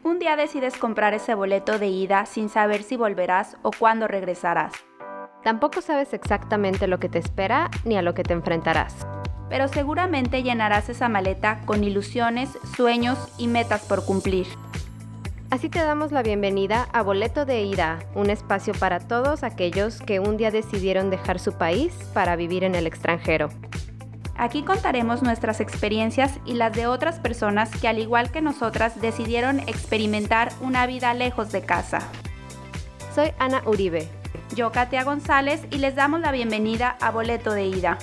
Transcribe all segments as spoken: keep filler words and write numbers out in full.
Un día decides comprar ese boleto de ida sin saber si volverás o cuándo regresarás. Tampoco sabes exactamente lo que te espera ni a lo que te enfrentarás. Pero seguramente llenarás esa maleta con ilusiones, sueños y metas por cumplir. Así te damos la bienvenida a Boleto de Ida, un espacio para todos aquellos que un día decidieron dejar su país para vivir en el extranjero. Aquí contaremos nuestras experiencias y las de otras personas que, al igual que nosotras, decidieron experimentar una vida lejos de casa. Soy Ana Uribe. Yo, Katia González, y les damos la bienvenida a Boleto de Ida.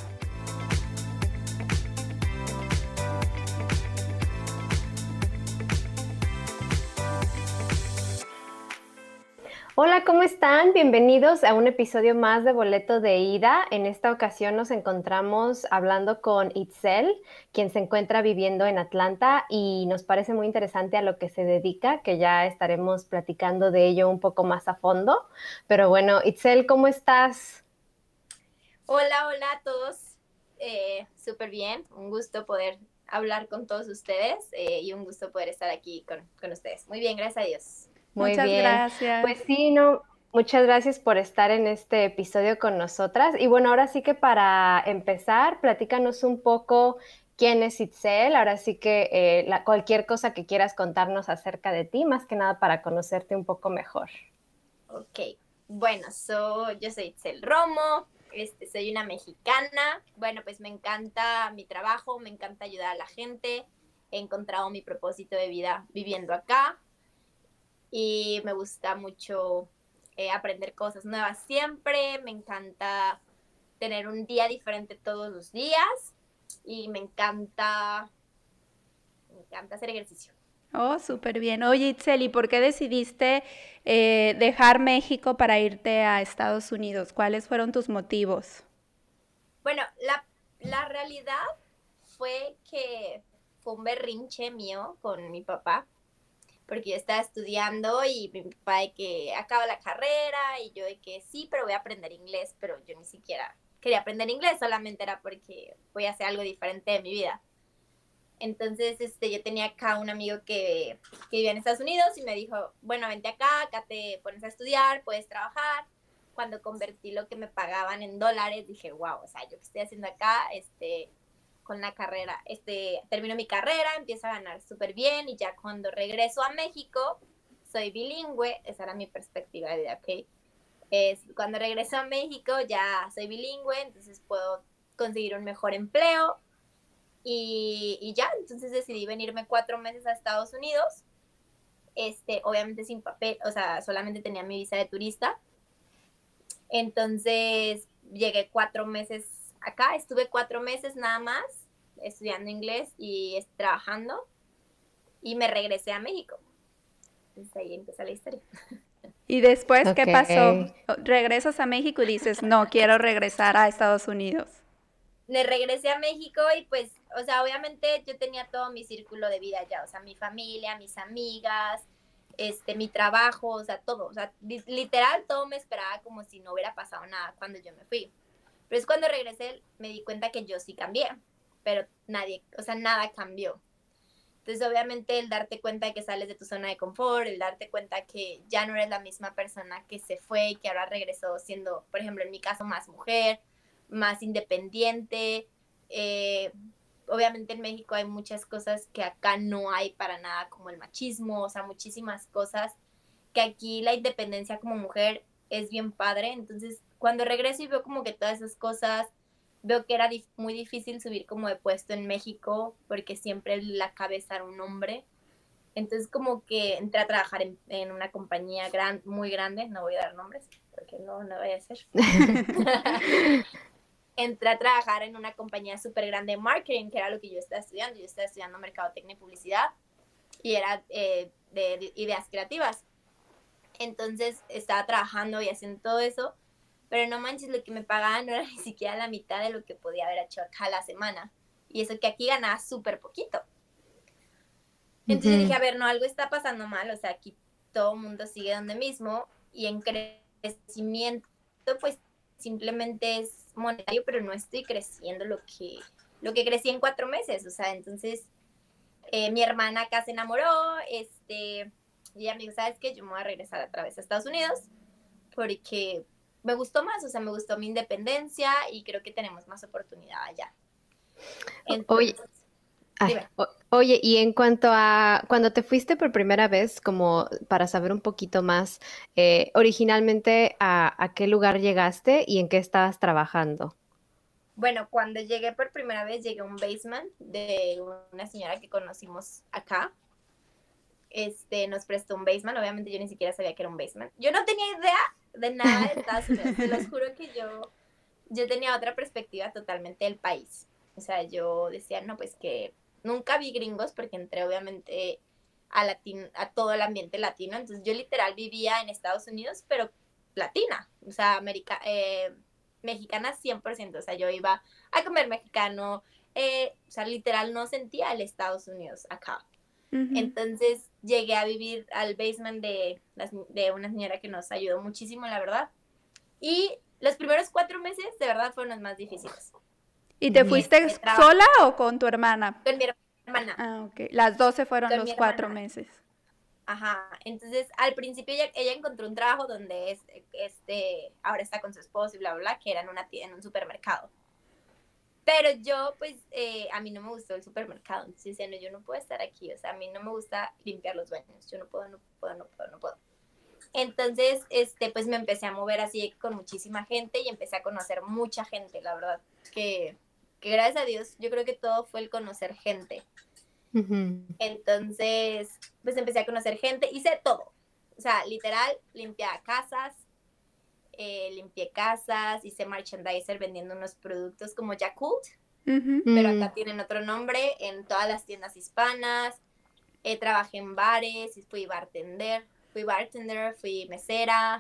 Hola, ¿cómo están? Bienvenidos a un episodio más de Boleto de Ida. En esta ocasión nos encontramos hablando con Itzel, quien se encuentra viviendo en Atlanta y nos parece muy interesante a lo que se dedica, que ya estaremos platicando de ello un poco más a fondo. Pero bueno, Itzel, ¿cómo estás? Hola, hola a todos. Eh, súper bien. Un gusto poder hablar con todos ustedes eh, y un gusto poder estar aquí con, con ustedes. Muy bien, gracias a Dios. Muy Muchas bien. gracias. Pues sí, no, muchas gracias por estar en este episodio con nosotras. Y bueno, ahora sí que para empezar, platícanos un poco quién es Itzel. Ahora sí que eh, la, cualquier cosa que quieras contarnos acerca de ti, más que nada para conocerte un poco mejor. Ok, bueno, so, yo soy Itzel Romo, este, soy una mexicana. Bueno, pues me encanta mi trabajo, me encanta ayudar a la gente. He encontrado mi propósito de vida viviendo acá. Y me gusta mucho eh, aprender cosas nuevas siempre, me encanta tener un día diferente todos los días y me encanta, me encanta hacer ejercicio. Oh, súper bien. Oye, Itzel, ¿y por qué decidiste eh, dejar México para irte a Estados Unidos? ¿Cuáles fueron tus motivos? Bueno, la, la realidad fue que fue un berrinche mío con mi papá, porque yo estaba estudiando y mi papá de que acaba la carrera y yo de que sí, pero voy a aprender inglés, pero yo ni siquiera quería aprender inglés, solamente era porque voy a hacer algo diferente de mi vida. Entonces, este, yo tenía acá un amigo que, que vivía en Estados Unidos y me dijo, bueno, vente acá, acá te pones a estudiar, puedes trabajar. Cuando convertí lo que me pagaban en dólares, dije, wow, o sea, yo qué estoy haciendo acá, este, con la carrera, este, termino mi carrera, empiezo a ganar súper bien y ya cuando regreso a México, soy bilingüe, esa era mi perspectiva de vida, ¿ok? Es, cuando regreso a México ya soy bilingüe, entonces puedo conseguir un mejor empleo y, y ya, entonces decidí venirme cuatro meses a Estados Unidos, este, obviamente sin papel, o sea, solamente tenía mi visa de turista, entonces llegué cuatro meses acá, estuve cuatro meses nada más estudiando inglés y trabajando y me regresé a México. Entonces ahí empieza la historia. ¿Y después Ok. qué pasó? Regresas a México y dices, no, quiero regresar a Estados Unidos. Me regresé a México y pues, o sea, obviamente yo tenía todo mi círculo de vida ya, o sea, mi familia, mis amigas, este, mi trabajo, o sea, todo, o sea, literal todo me esperaba como si no hubiera pasado nada cuando yo me fui. Pero es cuando regresé me di cuenta que yo sí cambié, pero nadie, o sea, nada cambió. Entonces, obviamente, el darte cuenta de que sales de tu zona de confort, el darte cuenta que ya no eres la misma persona que se fue y que ahora regresó siendo, por ejemplo, en mi caso, más mujer, más independiente. Eh, obviamente, en México hay muchas cosas que acá no hay para nada, como el machismo, o sea, muchísimas cosas que aquí la independencia como mujer es bien padre. Entonces, cuando regreso y veo como que todas esas cosas, veo que era dif- muy difícil subir como de puesto en México porque siempre la cabeza era un hombre. Entonces como que entré a trabajar en, en una compañía gran, muy grande, no voy a dar nombres porque no, no vaya a ser. Entré a trabajar en una compañía súper grande de marketing, que era lo que yo estaba estudiando. Yo estaba estudiando mercadotecnia y publicidad y era eh, de, de ideas creativas. Entonces estaba trabajando y haciendo todo eso, pero no manches, lo que me pagaban no era ni siquiera la mitad de lo que podía haber hecho acá a la semana. Y eso que aquí ganaba súper poquito. Entonces uh-huh. yo dije, a ver, no, algo está pasando mal, o sea, aquí todo el mundo sigue donde mismo y en crecimiento, pues simplemente es monetario, pero no estoy creciendo lo que, lo que crecí en cuatro meses, o sea, entonces eh, mi hermana acá se enamoró, este... Y ella me dijo, ¿sabes qué? Yo me voy a regresar otra vez a Estados Unidos porque me gustó más, o sea, me gustó mi independencia y creo que tenemos más oportunidad allá. Entonces, oye, ay, o, oye, y en cuanto a cuando te fuiste por primera vez, como para saber un poquito más, eh, originalmente a, a qué lugar llegaste y en qué estabas trabajando. Bueno, cuando llegué por primera vez, llegué a un basement de una señora que conocimos acá. Este, nos prestó un basement, obviamente yo ni siquiera sabía que era un basement. Yo no tenía idea de nada de Estados Unidos, te los juro que yo, yo tenía otra perspectiva totalmente del país. O sea, yo decía, no, pues que nunca vi gringos porque entré obviamente a, latin, a todo el ambiente latino, entonces yo literal vivía en Estados Unidos, pero latina, o sea, América, eh, mexicana cien por ciento, o sea, yo iba a comer mexicano, eh, o sea, literal no sentía el Estados Unidos acá. Uh-huh. Entonces llegué a vivir al basement de, de una señora que nos ayudó muchísimo, la verdad. Y los primeros cuatro meses, de verdad, fueron los más difíciles. ¿Y te fuiste este, sola o con tu hermana? Con mi hermana. Ah, ok. Las doce fueron con los cuatro meses. Ajá. Entonces, al principio ella, ella encontró un trabajo donde es, este, ahora está con su esposo y bla, bla, bla, que era en, una, en un supermercado. Pero yo, pues, eh, a mí no me gustó el supermercado. Entonces, decía, no, yo no puedo estar aquí. O sea, a mí no me gusta limpiar los baños. Yo no puedo, no puedo, no puedo, no puedo. Entonces, este, pues, me empecé a mover así con muchísima gente y empecé a conocer mucha gente, la verdad. Que, que gracias a Dios, yo creo que todo fue el conocer gente. Uh-huh. Entonces, pues, empecé a conocer gente. Hice todo. O sea, literal, limpiaba casas. Eh, limpié casas, hice merchandiser vendiendo unos productos como Yakult, uh-huh. pero acá tienen otro nombre, en todas las tiendas hispanas. Eh, trabajé en bares, fui bartender, fui bartender, fui mesera,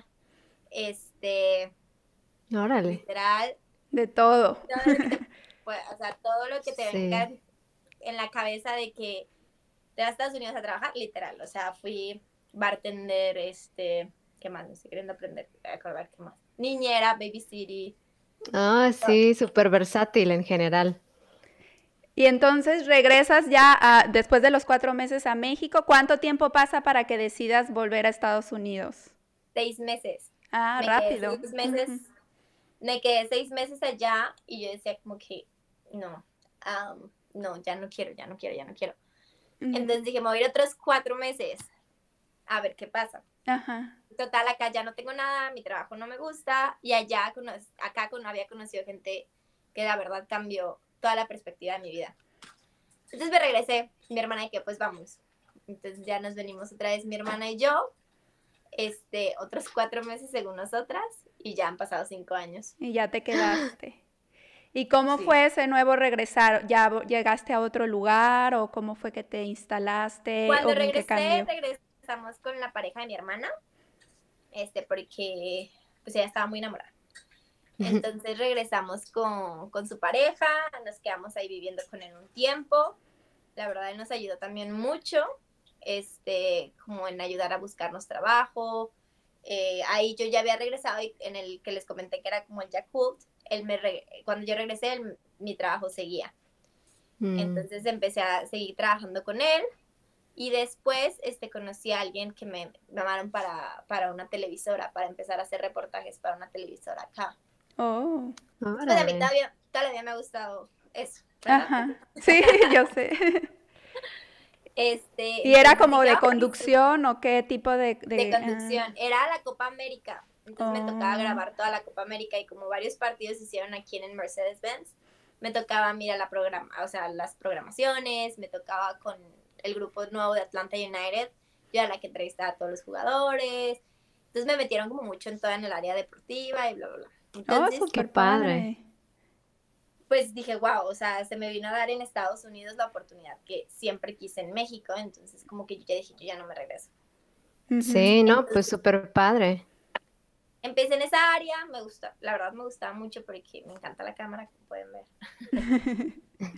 este, órale, literal, de todo, todo lo que te, pues, o sea, todo lo que te sí. venga en la cabeza de que te vas a Estados Unidos a trabajar, literal, o sea, fui bartender, este, ¿qué más? Me estoy queriendo aprender, acordar qué más. Niñera, babysitter. Ah, sí, súper versátil en general. Y entonces regresas ya a, después de los cuatro meses a México. ¿Cuánto tiempo pasa para que decidas volver a Estados Unidos? Seis meses. Ah, me rápido. Quedé seis meses, uh-huh. Me quedé seis meses allá y yo decía como que no, um, no, ya no quiero, ya no quiero, ya no quiero. Uh-huh. Entonces dije, me voy a ir otros cuatro meses a ver qué pasa. Ajá. Total, acá ya no tengo nada, mi trabajo no me gusta y allá, acá había conocido gente que la verdad cambió toda la perspectiva de mi vida. Entonces me regresé, mi hermana y que pues vamos. Entonces ya nos venimos otra vez mi hermana y yo, este, otros cuatro meses según nosotras y ya han pasado cinco años. Y ya te quedaste. ¿Y cómo sí. fue ese nuevo regresar? ¿Ya llegaste a otro lugar o cómo fue que te instalaste? Cuando ¿O regresé, regresamos con la pareja de mi hermana, este, porque pues ella estaba muy enamorada. Entonces regresamos con, con su pareja, nos quedamos ahí viviendo con él un tiempo. La verdad, él nos ayudó también mucho, este, como en ayudar a buscarnos trabajo. Eh, ahí yo ya había regresado y en el que les comenté que era como el Yakult. Él me re, cuando yo regresé, él, mi trabajo seguía. Mm. Entonces empecé a seguir trabajando con él. Y después este, conocí a alguien que me llamaron para, para una televisora, para empezar a hacer reportajes para una televisora acá. Oh, pues a mí todavía, todavía me ha gustado eso, ¿verdad? Ajá, sí, yo sé. Este, ¿Y era como de conducción o qué tipo de...? De, de conducción, uh... era la Copa América, entonces oh. me tocaba grabar toda la Copa América y como varios partidos se hicieron aquí en el Mercedes-Benz, me tocaba mirar la programa, o sea, las programaciones, me tocaba con el grupo nuevo de Atlanta United, yo era la que entrevistaba a todos los jugadores, entonces me metieron como mucho en todo en el área deportiva y bla, bla, bla. Entonces, oh, qué padre. Pues dije, wow, o sea, se me vino a dar en Estados Unidos la oportunidad que siempre quise en México, entonces como que yo ya dije, yo ya no me regreso. Sí, no, entonces, pues súper padre. Empecé en esa área, me gustó, la verdad me gustaba mucho porque me encanta la cámara, como pueden ver.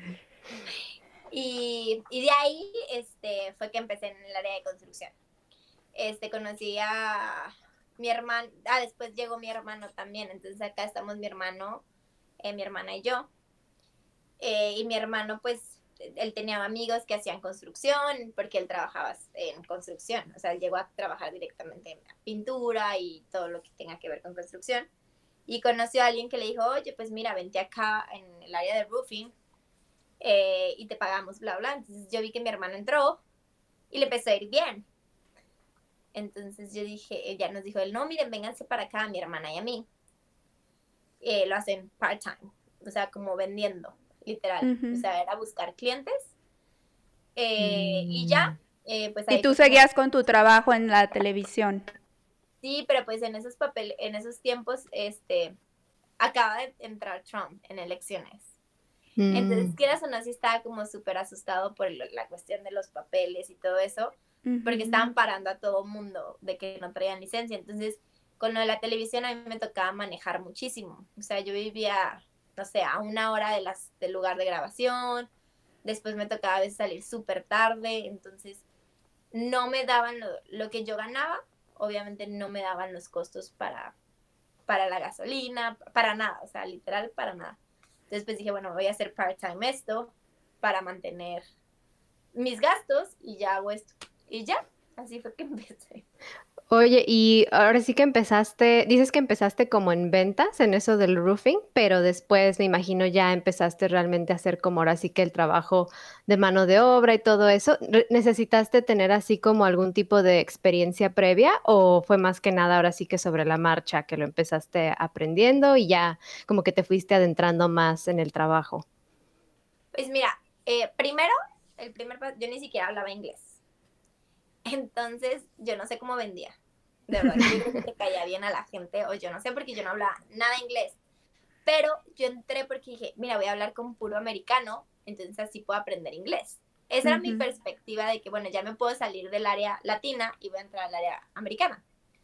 y, y de ahí este, fue que empecé en el área de construcción. Este, conocí a... mi hermano, ah, después llegó mi hermano también, entonces acá estamos mi hermano, eh, mi hermana y yo, eh, y mi hermano pues él tenía amigos que hacían construcción, porque él trabajaba en construcción, o sea, él llegó a trabajar directamente en pintura y todo lo que tenga que ver con construcción, y conoció a alguien que le dijo, oye, pues mira, vente acá en el área de roofing, eh, y te pagamos, bla, bla. Entonces yo vi que mi hermano entró y le empezó a ir bien. Entonces yo dije, ella nos dijo, no, miren, vénganse para acá, a mi hermana y a mí. Eh, lo hacen part-time, o sea, como vendiendo, literal. Uh-huh. O sea, era buscar clientes. Eh, mm. Y ya, eh, pues ahí ¿Y tú seguías como... con tu trabajo en la televisión? Sí, pero pues en esos papeles, en esos tiempos, este, acaba de entrar Trump en elecciones. Mm. Entonces, quieras o no, sí estaba como súper asustado por la cuestión de los papeles y todo eso, uh-huh. porque estaban parando a todo mundo de que no traían licencia. Entonces, con lo de la televisión a mí me tocaba manejar muchísimo. O sea, yo vivía, no sé, a una hora de las, del lugar de grabación. Después me tocaba a veces salir súper tarde. Entonces, no me daban lo, lo que yo ganaba. Obviamente no me daban los costos para, para la gasolina, para nada. O sea, literal, para nada. Entonces, pues dije, bueno, voy a hacer part-time esto para mantener mis gastos y ya hago esto. Y ya, así fue que empecé. Oye, y ahora sí que empezaste, dices que empezaste como en ventas, en eso del roofing, pero después me imagino ya empezaste realmente a hacer como ahora sí que el trabajo de mano de obra y todo eso. ¿Necesitaste tener así como algún tipo de experiencia previa o fue más que nada ahora sí que sobre la marcha que lo empezaste aprendiendo y ya como que te fuiste adentrando más en el trabajo? Pues mira, eh, primero, el primer yo ni siquiera hablaba inglés. Entonces, yo no sé cómo vendía. De verdad, yo creo que te caía bien a la gente, o yo no sé, porque yo no hablaba nada inglés. Pero yo entré porque dije, mira, voy a hablar con puro americano, entonces así puedo aprender inglés. Esa uh-huh. era mi perspectiva de que, bueno, ya me puedo salir del área latina y voy a entrar al área americana.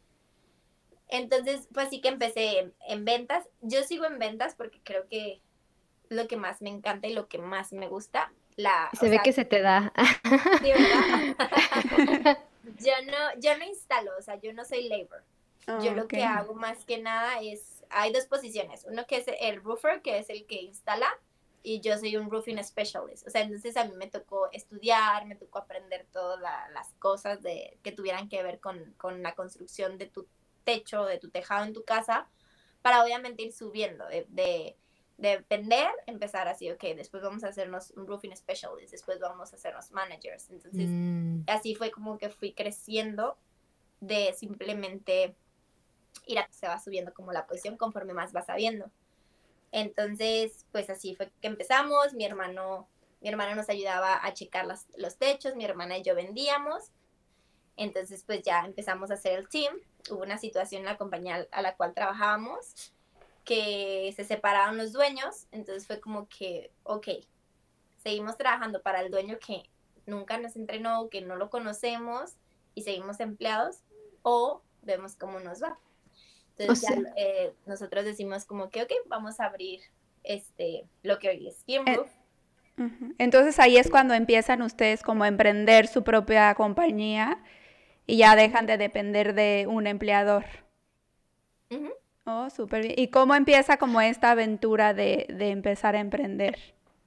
Entonces, pues sí que empecé en, en ventas. Yo sigo en ventas porque creo que es lo que más me encanta y lo que más me gusta. La, se ve sea, que se te da. Sí, ¿verdad? yo, no, yo no instalo, o sea, yo no soy labor. Oh, yo lo okay. que hago más que nada es, hay dos posiciones. Uno que es el roofer, que es el que instala, y yo soy un roofing specialist. O sea, entonces a mí me tocó estudiar, me tocó aprender todas la, las cosas de, que tuvieran que ver con, con la construcción de tu techo, de tu tejado en tu casa, para obviamente ir subiendo de... de de vender, empezar así, ok, después vamos a hacernos un roofing specialist, después vamos a hacernos managers. Entonces, mm. así fue como que fui creciendo de simplemente ir a, se va subiendo como la posición conforme más vas sabiendo. Entonces, pues así fue que empezamos, mi hermano, mi hermano nos ayudaba a checar las, los techos, mi hermana y yo vendíamos. Entonces, pues ya empezamos a hacer el team. Hubo una situación en la compañía a la cual trabajábamos que se separaron los dueños, entonces fue como que, ok, seguimos trabajando para el dueño que nunca nos entrenó, que no lo conocemos y seguimos empleados, o vemos cómo nos va. Entonces o sea, ya eh, nosotros decimos como que, ok, vamos a abrir este, lo que hoy es Skim Roof. Eh, uh-huh. Entonces ahí es cuando empiezan ustedes como a emprender su propia compañía y ya dejan de depender de un empleador. Uh-huh. Oh, súper bien. ¿Y cómo empieza como esta aventura de, de empezar a emprender?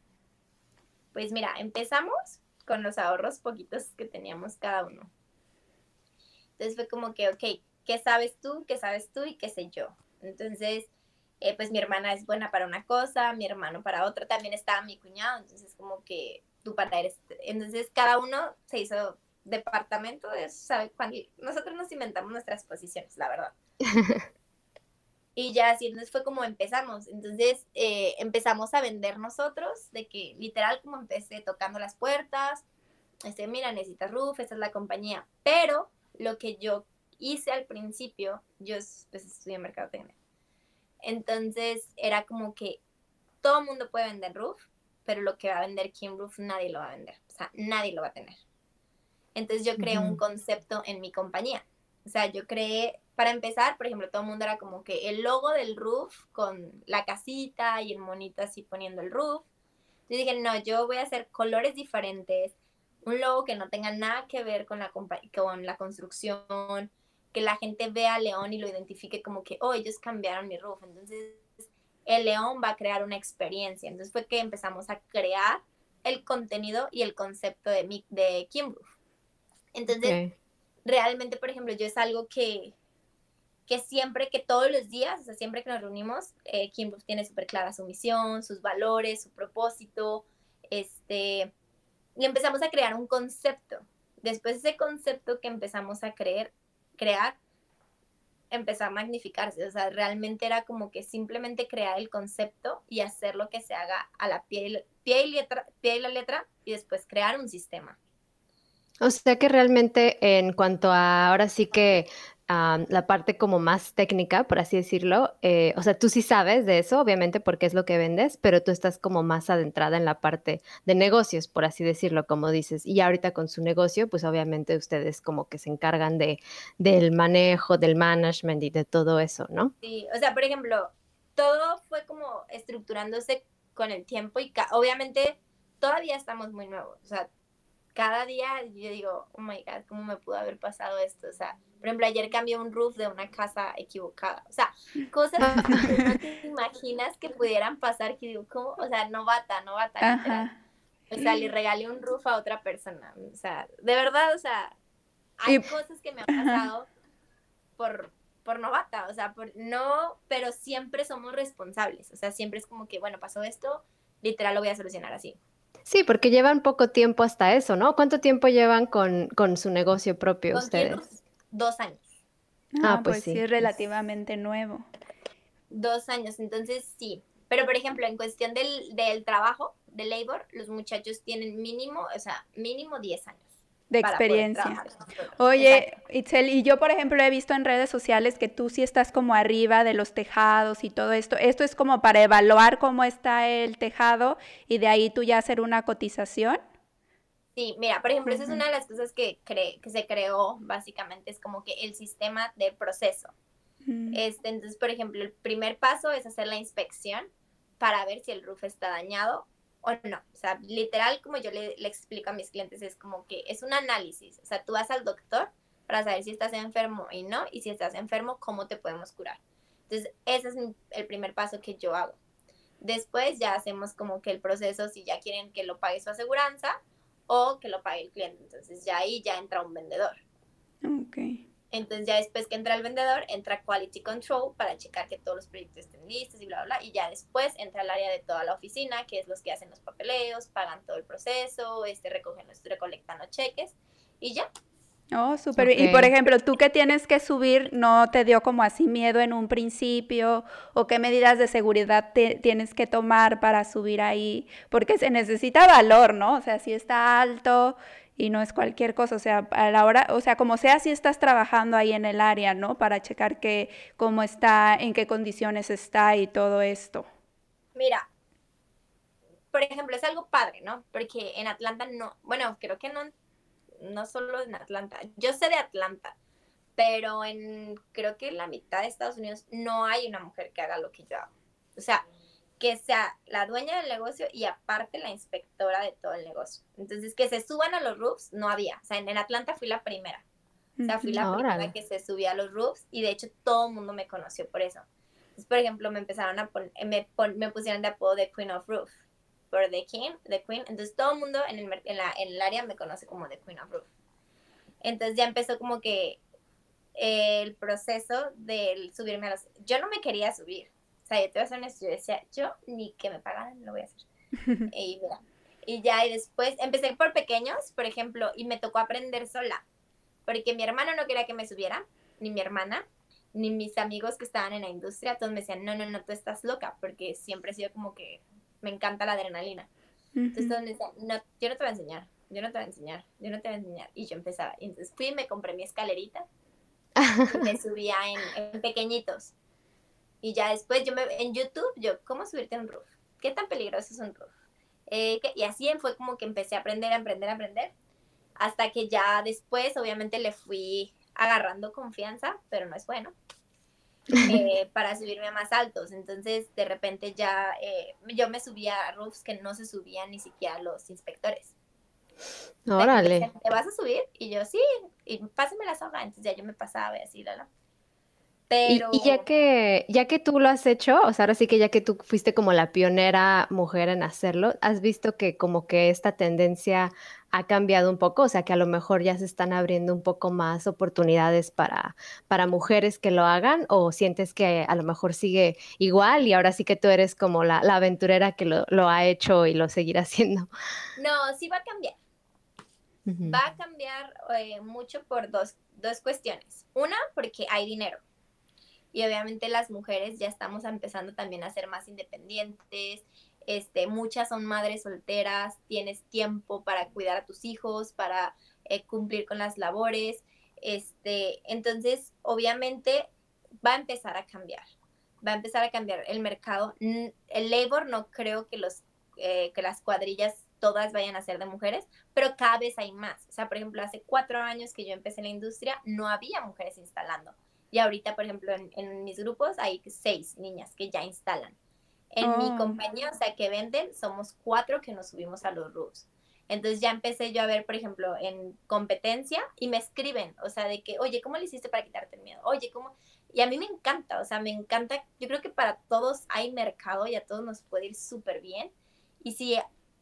Pues mira, empezamos con los ahorros poquitos que teníamos cada uno. Entonces fue como que, ok, ¿qué sabes tú? ¿Qué sabes tú? ¿Y qué sé yo? Entonces, eh, pues mi hermana es buena para una cosa, mi hermano para otra. También estaba mi cuñado, entonces como que tú para eres... Entonces cada uno se hizo departamento de eso, ¿sabe? Cuando nosotros nos inventamos nuestras posiciones, la verdad. Y ya así, entonces fue como empezamos. Entonces eh, empezamos a vender nosotros, de que literal como empecé tocando las puertas, este, mira, necesitas roof, esta es la compañía. Pero lo que yo hice al principio, yo pues estudié mercadotecnia. Entonces era como que todo el mundo puede vender roof, pero lo que va a vender Kim Roof nadie lo va a vender. O sea, nadie lo va a tener. Entonces yo creé uh-huh. un concepto en mi compañía. O sea, yo creé, para empezar, por ejemplo, todo el mundo era como que el logo del roof con la casita y el monito así poniendo el roof. Yo dije, no, yo voy a hacer colores diferentes, un logo que no tenga nada que ver con la, compa- con la construcción, que la gente vea a León y lo identifique como que, oh, ellos cambiaron mi roof. Entonces, el León va a crear una experiencia. Entonces fue que empezamos a crear el contenido y el concepto de, mi, de Kim Roof. Entonces, Okay. realmente, por ejemplo, yo es algo que, que siempre, que todos los días, o sea, siempre que nos reunimos, eh, Kim Roof tiene súper clara su misión, sus valores, su propósito, este, y empezamos a crear un concepto. Después ese concepto que empezamos a creer, crear, empezó a magnificarse, o sea, realmente era como que simplemente crear el concepto y hacer lo que se haga a la pie y, pie y, letra, pie y la letra y después crear un sistema. O sea que realmente en cuanto a ahora sí que am, la parte como más técnica, por así decirlo, eh, o sea, tú sí sabes de eso, obviamente porque es lo que vendes, pero tú estás como más adentrada en la parte de negocios, por así decirlo, como dices. Y ahorita con su negocio, pues obviamente ustedes como que se encargan de, del manejo, del management y de todo eso, ¿no? Sí, o sea, por ejemplo, todo fue como estructurándose con el tiempo y obviamente todavía estamos muy nuevos, o sea, cada día yo digo, oh my God, ¿cómo me pudo haber pasado esto? O sea, por ejemplo, ayer cambié un roof de una casa equivocada. O sea, cosas que no te imaginas que pudieran pasar, que digo, ¿cómo? O sea, novata, novata, literal. Ajá. O sea, le regalé un roof a otra persona. O sea, de verdad, o sea, hay Y, cosas que me han ajá. pasado por, por novata, o sea, por, no, pero siempre somos responsables. O sea, siempre es como que, bueno, pasó esto, literal lo voy a solucionar así. Sí, porque llevan poco tiempo hasta eso, ¿no? ¿Cuánto tiempo llevan con, con su negocio propio Con Kim Roof, ustedes? dos años. Ah, Ah, pues pues sí, sí. es es- relativamente nuevo. Dos años, entonces sí. Pero, por ejemplo, en cuestión del, del trabajo, del labor, los muchachos tienen mínimo, o sea, mínimo diez años De para poder experiencia. trabajar con nosotros. Oye, Exacto. Itzel, y yo por ejemplo he visto en redes sociales que tú sí estás como arriba de los tejados y todo esto. Esto es como para evaluar cómo está el tejado y de ahí tú ya hacer una cotización. Sí, mira, por ejemplo, esa es Ujú. una de las cosas que, cre que se creó, básicamente, es como que el sistema de proceso. Mm. Este, entonces, por ejemplo, el primer paso es hacer la inspección para ver si el roof está dañado o no. O sea, literal, como yo le, le explico a mis clientes, es como que es un análisis. O sea, tú vas al doctor para saber si estás enfermo y no, y si estás enfermo, cómo te podemos curar. Entonces, ese es el primer paso que yo hago. Después ya hacemos como que el proceso, si ya quieren que lo pague su aseguranza o que lo pague el cliente. Entonces, ya ahí ya entra un vendedor. Ok. Entonces ya después que entra el vendedor, entra Quality Control para checar que todos los proyectos estén listos y bla, bla, bla. Y ya después entra el área de toda la oficina, que es los que hacen los papeleos, pagan todo el proceso, este, recogen los, recolectan los cheques y ya. Oh, súper. Y por Ok. ejemplo, tú que tienes que subir, ¿no te dio como así miedo en un principio? ¿O qué medidas de seguridad te, tienes que tomar para subir ahí? Porque se necesita valor, ¿no? O sea, si está alto y no es cualquier cosa, o sea, a la hora, o sea, como sea, si estás trabajando ahí en el área, ¿no? Para checar que cómo está, en qué condiciones está y todo esto. Mira, por ejemplo, es algo padre, ¿no? Porque en Atlanta no, bueno, creo que no, no solo en Atlanta, yo sé de Atlanta, pero en creo que en la mitad de Estados Unidos no hay una mujer que haga lo que yo hago. O sea, que sea la dueña del negocio y aparte la inspectora de todo el negocio. Entonces, que se suban a los roofs, no había. O sea, en, en Atlanta fui la primera. O sea, fui la primera Órale. que se subía a los roofs y de hecho todo el mundo me conoció por eso. Entonces, por ejemplo, me empezaron a poner, me, pon, me pusieron de apodo de Queen of Roof, por The King, The Queen. Entonces, todo el mundo en el, en, la, en el área me conoce como The Queen of Roof. Entonces, ya empezó como que el proceso de subirme a los... Yo no me quería subir. O sea, yo te voy a ser honesto, yo decía, yo ni que me pagaran lo voy a hacer. Y mira, y ya, y después empecé por pequeños, por ejemplo, y me tocó aprender sola, porque mi hermano no quería que me subiera, ni mi hermana, ni mis amigos que estaban en la industria, todos me decían, no, no, no, tú estás loca, porque siempre he sido como que me encanta la adrenalina. Entonces todos me decían, no, yo no te voy a enseñar, yo no te voy a enseñar, yo no te voy a enseñar. Y yo empezaba, y entonces fui y me compré mi escalerita, y me subía en, en pequeñitos. Y ya después yo me, en YouTube, yo, ¿cómo subirte a un roof? ¿Qué tan peligroso es un roof? Eh, que, y así fue como que empecé a aprender, a aprender, a aprender, hasta que ya después obviamente le fui agarrando confianza, pero no es bueno, eh, para subirme a más altos. Entonces de repente ya eh, yo me subía a roofs que no se subían ni siquiera los inspectores. O sea, que me decían, Órale. ¿te vas a subir? Y yo, sí, y pásame la soga. Entonces ya yo me pasaba y así, la, la. Y, Pero y ya que, ya que tú lo has hecho, o sea, ahora sí que ya que tú fuiste como la pionera mujer en hacerlo, ¿has visto que como que esta tendencia ha cambiado un poco? O sea, que a lo mejor ya se están abriendo un poco más oportunidades para, para mujeres que lo hagan, o sientes que a lo mejor sigue igual y ahora sí que tú eres como la, la aventurera que lo, lo ha hecho y lo seguirá haciendo. no, sí va a cambiar. Ujú. Va a cambiar eh, mucho por dos, dos cuestiones. Una, porque hay dinero. Y obviamente las mujeres ya estamos empezando también a ser más independientes. Este, muchas son madres solteras, tienes tiempo para cuidar a tus hijos, para eh, cumplir con las labores. Este, entonces, obviamente va a empezar a cambiar. Va a empezar a cambiar el mercado. El labor no creo que, los, eh, que las cuadrillas todas vayan a ser de mujeres, pero cada vez hay más. O sea, por ejemplo, hace cuatro años que yo empecé en la industria, no había mujeres instalando. Y ahorita, por ejemplo, en, en mis grupos hay seis niñas que ya instalan. En mi Oh, compañía, o sea, que venden, somos cuatro que nos subimos a los roofs. Entonces ya empecé yo a ver, por ejemplo, en competencia y me escriben, o sea, de que, oye, ¿cómo le hiciste para quitarte el miedo? Oye, ¿cómo? Y a mí me encanta, o sea, me encanta, yo creo que para todos hay mercado y a todos nos puede ir súper bien. Y si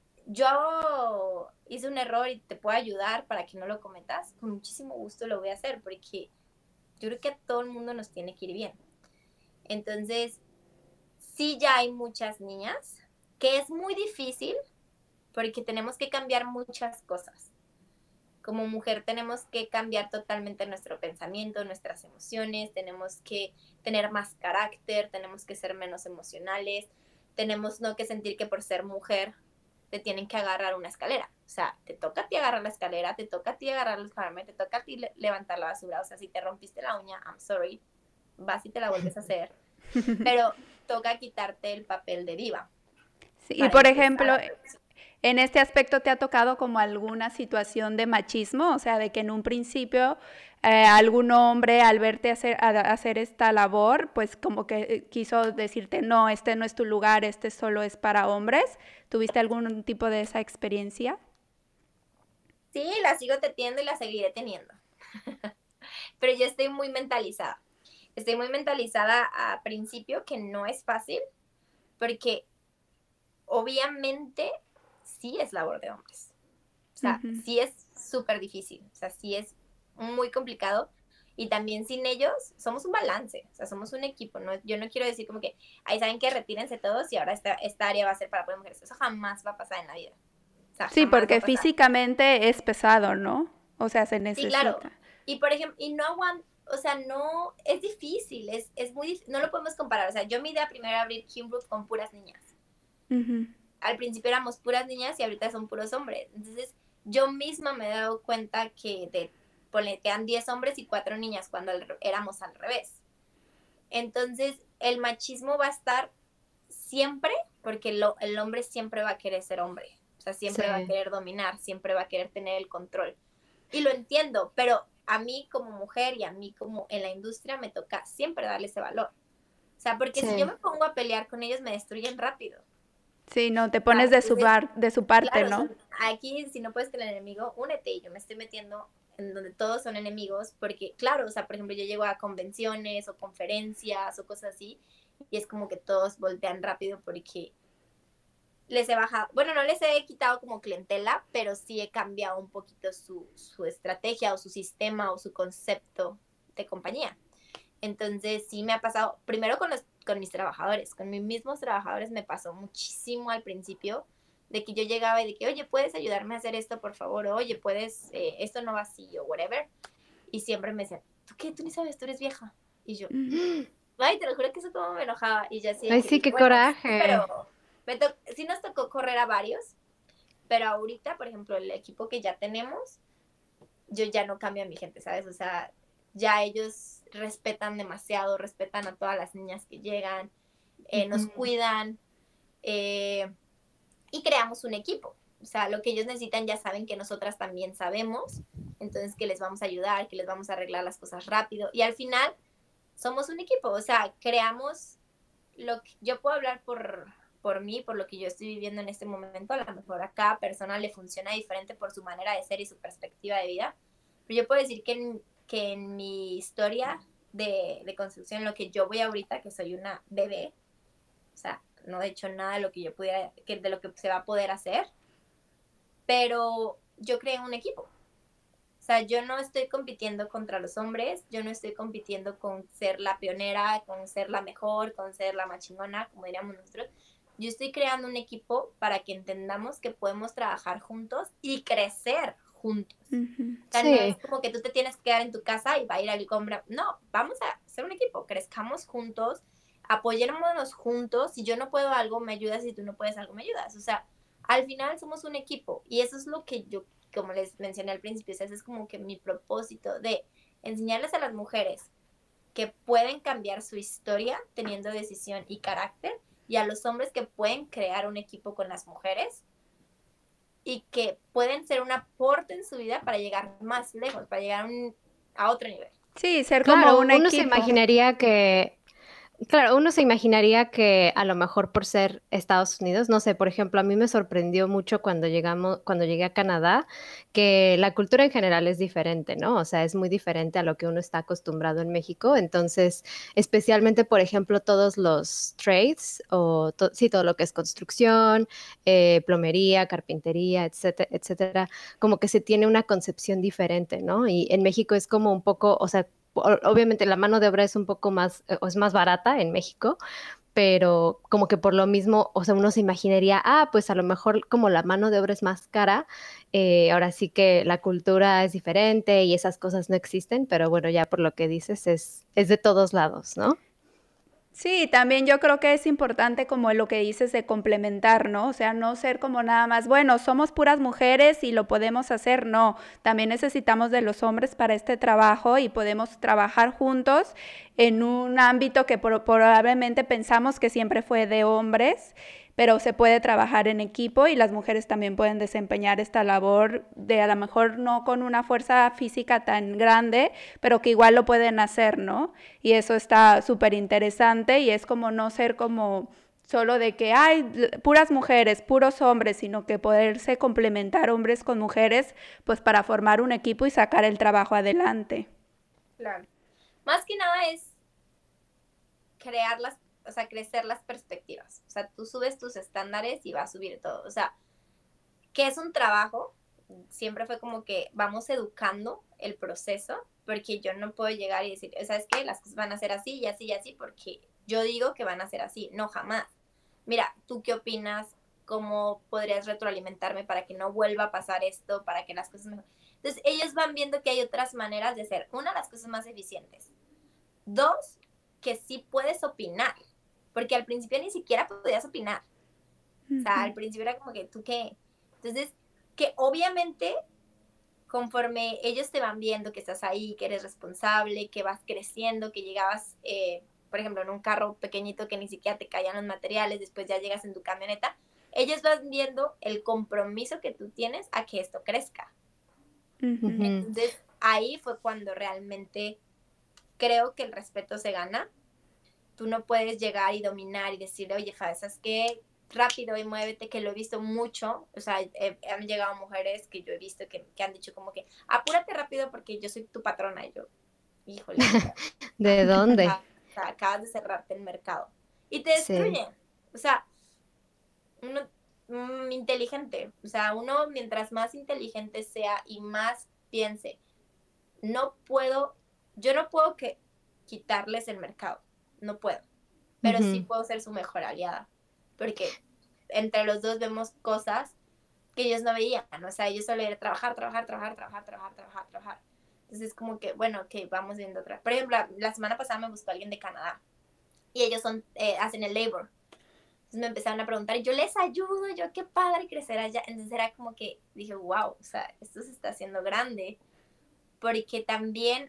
yo hice un error y te puedo ayudar para que no lo cometas, con muchísimo gusto lo voy a hacer, porque yo creo que a todo el mundo nos tiene que ir bien. Entonces, sí ya hay muchas niñas, que es muy difícil porque tenemos que cambiar muchas cosas. Como mujer tenemos que cambiar totalmente nuestro pensamiento, nuestras emociones, tenemos que tener más carácter, tenemos que ser menos emocionales, tenemos no que sentir que por ser mujer te tienen que agarrar una escalera. O sea, te toca a ti agarrar la escalera, te toca a ti agarrar el farme, te toca a ti le levantar la basura. O sea, si te rompiste la uña, I'm sorry, vas y te la vuelves a hacer. Pero toca quitarte el papel de diva sí, y para por empezar ejemplo, a producir. en este aspecto te ha tocado como alguna situación de machismo, o sea, de que en un principio eh, algún hombre al verte hacer, a, hacer esta labor, pues como que eh, quiso decirte, no, este no es tu lugar, este solo es para hombres. ¿Tuviste algún tipo de esa experiencia? Sí, la sigo teniendo y la seguiré teniendo. Pero yo estoy muy mentalizada. Estoy muy mentalizada a principio que no es fácil, porque obviamente sí es labor de hombres. O sea, Ujú. sí es súper difícil. O sea, sí es muy complicado. Y también sin ellos somos un balance, o sea, somos un equipo. ¿No? Yo no quiero decir como que, ahí saben que retírense todos y ahora esta, esta área va a ser para puras mujeres. Eso jamás va a pasar en la vida. O sea, Sí, jamás va a porque pasar. físicamente es pesado, ¿no? O sea, se Sí, claro. necesita. Y por ejemplo, y no aguanto, o sea, no, es difícil, es, es muy difícil, no lo podemos comparar. O sea, yo mi idea primero era abrir Kinbrook con puras niñas. Ujú. Al principio éramos puras niñas y ahorita son puros hombres. Entonces, yo misma me he dado cuenta que de, ponle, quedan diez hombres y cuatro niñas cuando al, éramos al revés. Entonces, el machismo va a estar siempre, porque lo, el hombre siempre va a querer ser hombre. O sea, siempre va a Sí. querer dominar, siempre va a querer tener el control. Y lo entiendo, pero a mí como mujer y a mí como en la industria me toca siempre darle ese valor. O sea, porque si yo Sí. me pongo a pelear con ellos me destruyen rápido. Sí, no, te O sea, pones de su, entonces, bar, de su parte, claro, ¿no? son, aquí si no puedes con el enemigo, únete y yo me estoy metiendo en donde todos son enemigos, porque claro, o sea, por ejemplo, yo llego a convenciones o conferencias o cosas así, y es como que todos voltean rápido porque les he bajado, bueno, no les he quitado como clientela, pero sí he cambiado un poquito su, su estrategia o su sistema o su concepto de compañía. Entonces sí me ha pasado, primero con, los, con mis trabajadores, con mis mismos trabajadores me pasó muchísimo al principio, de que yo llegaba y de que, oye, ¿puedes ayudarme a hacer esto, por favor? O, oye, ¿puedes, eh, esto no va así, o whatever? Y siempre me decían, ¿tú qué? Tú ni sabes, tú eres vieja. Y yo, Mm. ay, te lo juro que eso como me enojaba. Y yo así de Ay, que sí, digo, qué bueno, sí, coraje. pero me to sí nos tocó correr a varios, pero ahorita, por ejemplo, el equipo que ya tenemos, yo ya no cambio a mi gente, ¿sabes? O sea, ya ellos respetan demasiado, respetan a todas las niñas que llegan, eh, nos Ujú. cuidan eh, y creamos un equipo. O sea, lo que ellos necesitan ya saben que nosotras también sabemos, entonces que les vamos a ayudar, que les vamos a arreglar las cosas rápido y al final somos un equipo, o sea, creamos lo que yo puedo hablar por, por mí, por lo que yo estoy viviendo en este momento, a lo mejor a cada persona le funciona diferente por su manera de ser y su perspectiva de vida, pero yo puedo decir que en, que en mi historia de, de construcción, lo que yo voy ahorita, que soy una bebé, o sea, no he hecho nada de lo que yo pudiera, que, de lo que se va a poder hacer, pero yo creé un equipo. O sea, yo no estoy compitiendo contra los hombres, yo no estoy compitiendo con ser la pionera, con ser la mejor, con ser la más chingona, como diríamos nosotros. Yo estoy creando un equipo para que entendamos que podemos trabajar juntos y crecer juntos. Uh-huh. O sea, Sí. no es como que tú te tienes que quedar en tu casa y va a ir al compra. No, vamos a ser un equipo, crezcamos juntos, apoyémonos juntos. Si yo no puedo algo, me ayudas, si tú no puedes algo, me ayudas. O sea, al final somos un equipo y eso es lo que yo, como les mencioné al principio, o sea, ese es como que mi propósito de enseñarles a las mujeres que pueden cambiar su historia teniendo decisión y carácter, y a los hombres que pueden crear un equipo con las mujeres y que pueden ser un aporte en su vida para llegar más lejos, para llegar a, un, a otro nivel. Sí, ser Claro, como un uno equipo. se imaginaría que, claro, uno se imaginaría que a lo mejor por ser Estados Unidos, no sé, por ejemplo, a mí me sorprendió mucho cuando llegamos, cuando llegué a Canadá, que la cultura en general es diferente, ¿no? O sea, es muy diferente a lo que uno está acostumbrado en México. Entonces, especialmente, por ejemplo, todos los trades, o to- sí, todo lo que es construcción, eh, plomería, carpintería, etcétera, etcétera, como que se tiene una concepción diferente, ¿no? Y en México es como un poco, o sea, o- obviamente la mano de obra es un poco más, eh, o es más barata en México, pero como que por lo mismo, o sea, uno se imaginaría, ah, pues a lo mejor como la mano de obra es más cara, eh, ahora sí que la cultura es diferente y esas cosas no existen, pero bueno, ya por lo que dices es, es de todos lados, ¿no? Sí, también yo creo que es importante como lo que dices de complementar, ¿no? O sea, no ser como nada más, bueno, somos puras mujeres y lo podemos hacer, no. También necesitamos de los hombres para este trabajo y podemos trabajar juntos en un ámbito que por- probablemente pensamos que siempre fue de hombres, pero se puede trabajar en equipo y las mujeres también pueden desempeñar esta labor de a lo mejor no con una fuerza física tan grande, pero que igual lo pueden hacer, ¿no? Y eso está súper interesante y es como no ser como solo de que hay puras mujeres, puros hombres, sino que poderse complementar hombres con mujeres, pues para formar un equipo y sacar el trabajo adelante. Claro. Más que nada es crear las, o sea, crecer las perspectivas. O sea, tú subes tus estándares y va a subir todo. O sea, que es un trabajo, siempre fue como que vamos educando el proceso, porque yo no puedo llegar y decir, ¿sabes qué? Las cosas van a ser así y así y así, porque yo digo que van a ser así. No, jamás. Mira, ¿tú qué opinas? ¿Cómo podrías retroalimentarme para que no vuelva a pasar esto, para que las cosas mejor? Entonces, ellos van viendo que hay otras maneras de hacer, una, las cosas más eficientes. Dos, que sí puedes opinar, porque al principio ni siquiera podías opinar. O sea, al principio era como que tú qué. Entonces, que obviamente conforme ellos te van viendo que estás ahí, que eres responsable, que vas creciendo, que llegabas, eh, por ejemplo, en un carro pequeñito que ni siquiera te caían los materiales, después ya llegas en tu camioneta, ellos van viendo el compromiso que tú tienes a que esto crezca. Uh-huh. Entonces, ahí fue cuando realmente creo que el respeto se gana. Tú no puedes llegar y dominar y decir, oye, Fa, ¿sabes qué? Rápido y muévete, que lo he visto mucho. O sea, he, han llegado mujeres que yo he visto que, que han dicho como que, apúrate rápido porque yo soy tu patrona. Y yo, híjole. ¿De dónde? O sea, acabas de cerrarte el mercado. Y te Sí. destruyen. O sea, uno mm, inteligente. O sea, uno mientras más inteligente sea y más piense, no puedo, yo no puedo que quitarles el mercado. No puedo. Pero Ujú. sí puedo ser su mejor aliada. Porque entre los dos vemos cosas que ellos no veían. O sea, ellos solo era trabajar, trabajar, trabajar, trabajar, trabajar, trabajar, trabajar. Entonces es como que, bueno, ok, vamos viendo otra. Por ejemplo, la semana pasada me buscó alguien de Canadá. Y ellos son, eh, hacen el labor. Entonces me empezaron a preguntar, y yo les ayudo, yo qué padre crecer allá. Entonces era como que dije, wow, o sea, esto se está haciendo grande. Porque también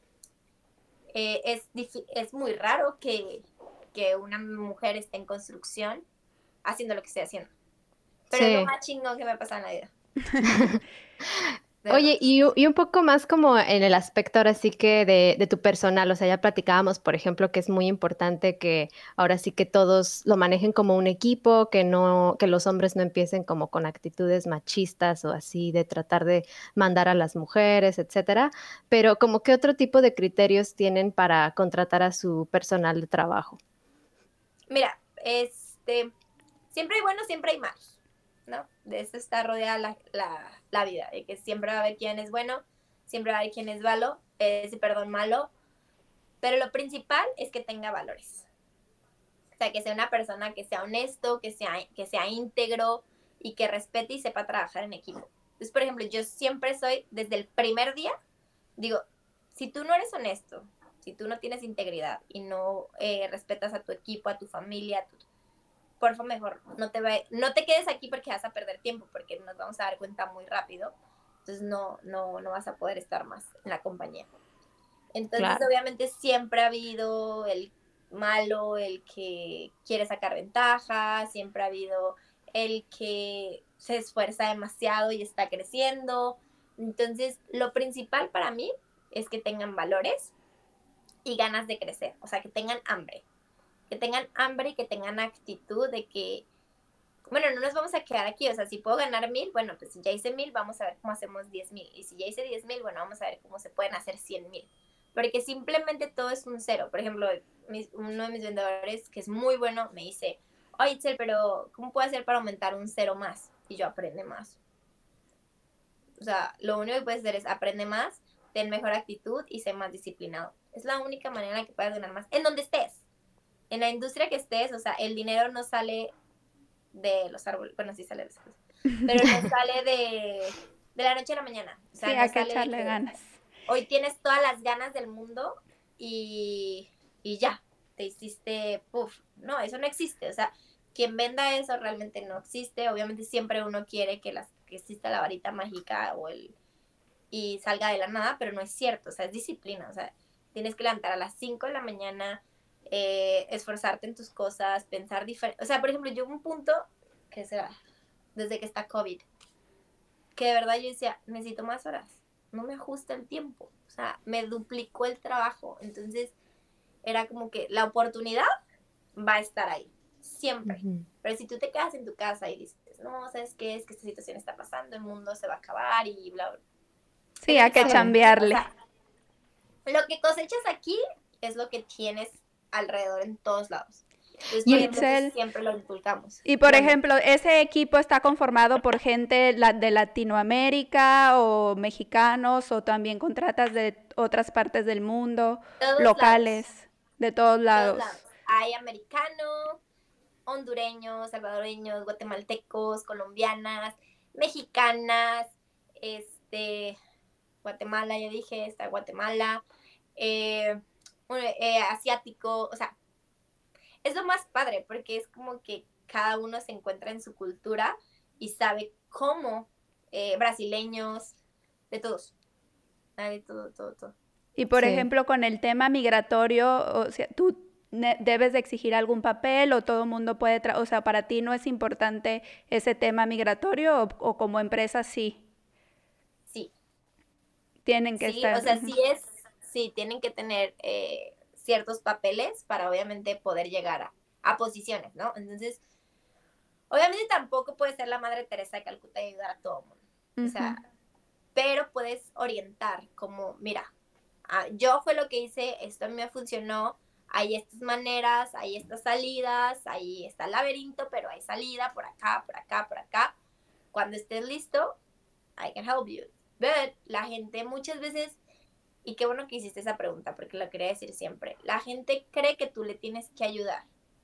eh, es, es muy raro que, que una mujer esté en construcción haciendo lo que estoy haciendo. Pero sí. Es lo más chingón que me ha pasado en la vida. Oye, y, y un poco más como en el aspecto ahora sí que de, de tu personal, o sea, ya platicábamos, por ejemplo, que es muy importante que ahora sí que todos lo manejen como un equipo, que no, que los hombres no empiecen como con actitudes machistas o así de tratar de mandar a las mujeres, etcétera, pero como qué otro tipo de criterios tienen para contratar a su personal de trabajo. Mira, este, siempre hay buenos, siempre hay malos, ¿no? De eso está rodeada la, la, la vida, de que siempre va a haber quien es bueno, siempre va a haber quien es malo, eh, perdón, malo, pero lo principal es que tenga valores. O sea, que sea una persona que sea honesto, que sea, que sea íntegro y que respete y sepa trabajar en equipo. Entonces, por ejemplo, yo siempre soy, desde el primer día, digo, si tú no eres honesto, si tú no tienes integridad y no eh, respetas a tu equipo, a tu familia, a tu, por favor, mejor no te, va, no te quedes aquí porque vas a perder tiempo, porque nos vamos a dar cuenta muy rápido. Entonces no, no, no vas a poder estar más en la compañía. Entonces, claro, obviamente siempre ha habido el malo, el que quiere sacar ventaja, siempre ha habido el que se esfuerza demasiado y está creciendo. Entonces, lo principal para mí es que tengan valores y ganas de crecer, o sea, que tengan hambre, que tengan hambre y que tengan actitud de que, bueno, no nos vamos a quedar aquí, o sea, si puedo ganar mil, bueno, pues si ya hice mil, vamos a ver cómo hacemos diez mil, y si ya hice diez mil, bueno, vamos a ver cómo se pueden hacer cien mil, porque simplemente todo es un cero. Por ejemplo, mis, uno de mis vendedores, que es muy bueno, me dice, oye, Itzel, pero ¿cómo puedo hacer para aumentar un cero más? Y yo, aprende más. O sea, lo único que puedes hacer es aprende más, ten mejor actitud y sé más disciplinado. Es la única manera en la que puedes ganar más, en donde estés, en la industria que estés. O sea, el dinero no sale de los árboles, bueno, sí sale de los árboles, pero no sale de, de la noche a la mañana. O sea, sí, no hay que sale echarle de que ganas. Hoy tienes todas las ganas del mundo y, y ya, te hiciste, puff, no, eso no existe. O sea, quien venda eso realmente no existe. Obviamente siempre uno quiere que, las, que exista la varita mágica o el y salga de la nada, pero no es cierto. O sea, es disciplina. O sea, tienes que levantar a las cinco de la mañana, eh, esforzarte en tus cosas, pensar diferente. O sea, por ejemplo, yo un punto, ¿qué será? Desde que está COVID, que de verdad yo decía, necesito más horas, no me ajusta el tiempo, o sea, me duplicó el trabajo. Entonces era como que la oportunidad va a estar ahí, siempre. Uh-huh. Pero si tú te quedas en tu casa y dices, no, ¿sabes qué? Es que esta situación está pasando, el mundo se va a acabar y bla, bla. Sí, hay que chambearle. O sea, lo que cosechas aquí es lo que tienes alrededor en todos lados. Entonces, por ejemplo, Itzel, siempre lo inculcamos. Y por claro. ejemplo, ¿ese equipo está conformado por gente de Latinoamérica o mexicanos, o también contratas de otras partes del mundo, todos locales, lados. de todos lados? todos lados? Hay americanos, hondureños, salvadoreños, guatemaltecos, colombianas, mexicanas, este, Guatemala, ya dije, está Guatemala, eh, eh, asiático, o sea, es lo más padre, porque es como que cada uno se encuentra en su cultura y sabe cómo, eh, brasileños, de todos, de todo, todo, todo. Y por Sí. ejemplo, con el tema migratorio, o sea, tú debes de exigir algún papel o todo el mundo puede, tra- o sea, para ti no es importante ese tema migratorio, o, o como empresa sí. Sí. Tienen que sí, estar. O sea, sí es, sí, tienen que tener eh, ciertos papeles para obviamente poder llegar a, a posiciones, ¿no? Entonces, obviamente tampoco puedes ser la Madre Teresa de Calcuta y ayudar a todo el mundo. Uh-huh. O sea, pero puedes orientar como, mira, ah, yo fue lo que hice, esto a mí me funcionó, hay estas maneras, hay estas salidas, ahí está el laberinto, pero hay salida por acá, por acá, por acá. Cuando estés listo, I can help you. But la gente muchas veces, y qué bueno que hiciste esa pregunta, porque lo quería decir siempre, la gente cree que tú le tienes que ayudar.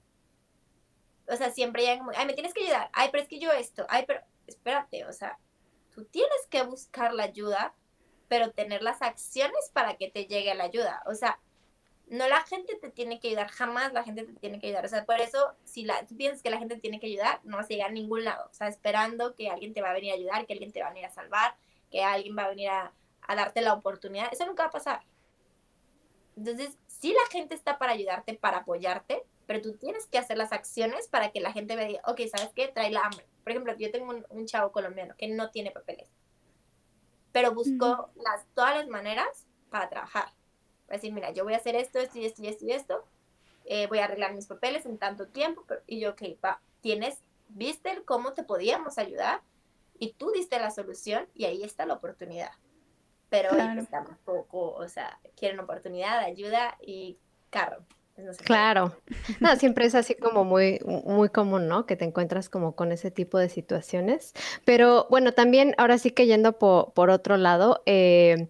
O sea, siempre llegan como, ay, me tienes que ayudar, ay, pero es que yo esto, ay, pero espérate, o sea, tú tienes que buscar la ayuda, pero tener las acciones para que te llegue la ayuda. O sea, no la gente te tiene que ayudar, jamás la gente te tiene que ayudar. O sea, por eso, si la, tú piensas que la gente te tiene que ayudar, no vas a llegar a ningún lado. O sea, esperando que alguien te va a venir a ayudar, que alguien te va a venir a salvar, que alguien va a venir a, a darte la oportunidad. Eso nunca va a pasar. Entonces, sí, la gente está para ayudarte, para apoyarte, pero tú tienes que hacer las acciones para que la gente me diga, ok, ¿sabes qué? Trae la hambre. Por ejemplo, yo tengo un, un chavo colombiano que no tiene papeles. pero Ujú. buscó las, todas las maneras para trabajar. Para decir, mira, yo voy a hacer esto, esto y esto y esto y esto, eh, voy a arreglar mis papeles en tanto tiempo, pero, y yo, ok, va, tienes, viste el cómo te podíamos ayudar y tú diste la solución y ahí está la oportunidad. Pero hoy Claro. pues tampoco, o sea, quieren oportunidad, ayuda y carro. Pues no se puede. Claro. No, siempre es así como muy, muy común, ¿no? Que te encuentras como con ese tipo de situaciones. Pero bueno, también ahora sí que yendo po- por otro lado, eh,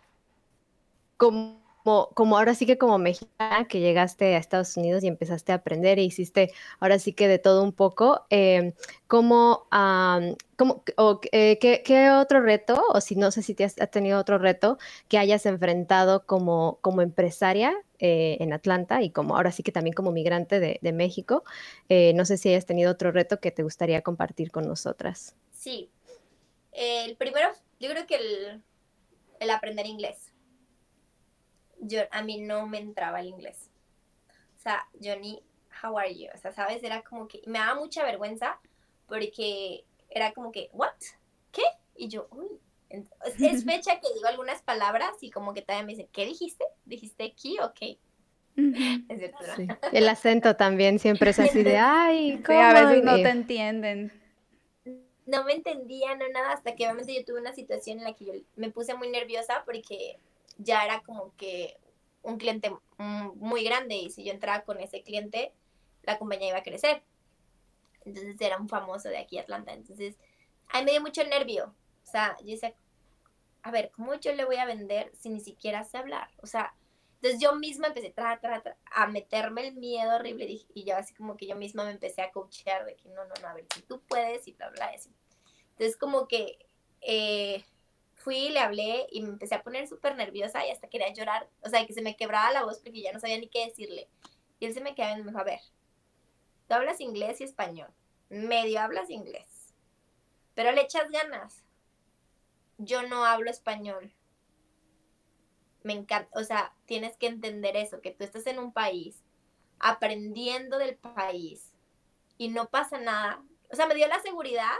como, como ahora sí que como mexicana que llegaste a Estados Unidos y empezaste a aprender e hiciste ahora sí que de todo un poco, eh, ¿cómo, am, cómo- o, eh, qué, qué otro reto, o si no sé si te has, has tenido otro reto que hayas enfrentado como, como empresaria eh, en Atlanta y como ahora sí que también como migrante de, de México? Eh, no sé si hayas tenido otro reto que te gustaría compartir con nosotras. Sí, eh, el primero, yo creo que el, el aprender inglés. Yo, a mí no me entraba el inglés. O sea, Johnny, how are you? O sea, ¿sabes? Era como que me daba mucha vergüenza porque era como que, ¿what? ¿Qué? Y yo, uy. Ent- Es, es fecha que digo algunas palabras y como que todavía me dicen, ¿qué dijiste? ¿Dijiste aquí? Ok. Ujú. Es cierto, ¿no? Sí. El acento también siempre es así de, Entonces, ay, Sí, a ¿cómo? veces no te Eh, entienden. no me entendía, no nada, hasta que obviamente yo tuve una situación en la que yo me puse muy nerviosa porque ya era como que un cliente mm, muy grande y si yo entraba con ese cliente, la compañía iba a crecer. Entonces era un famoso de aquí de Atlanta. Entonces, ahí me dio mucho nervio. O sea, yo decía, a ver, ¿cómo yo le voy a vender si ni siquiera sé hablar? O sea, entonces yo misma empecé tra, tra, tra, a meterme el miedo horrible y, y yo así como que yo misma me empecé a coachear de que no, no, no, a ver, si tú puedes y bla, bla, y así. Entonces como que eh, fui, le hablé y me empecé a poner súper nerviosa y hasta quería llorar. O sea, que se me quebraba la voz porque ya no sabía ni qué decirle. Y él se me quedaba y me dijo, a ver, tú hablas inglés y español. Medio hablas inglés. Pero le echas ganas. Yo no hablo español. Me encanta, o sea, tienes que entender eso, que tú estás en un país, aprendiendo del país y no pasa nada. O sea, me dio la seguridad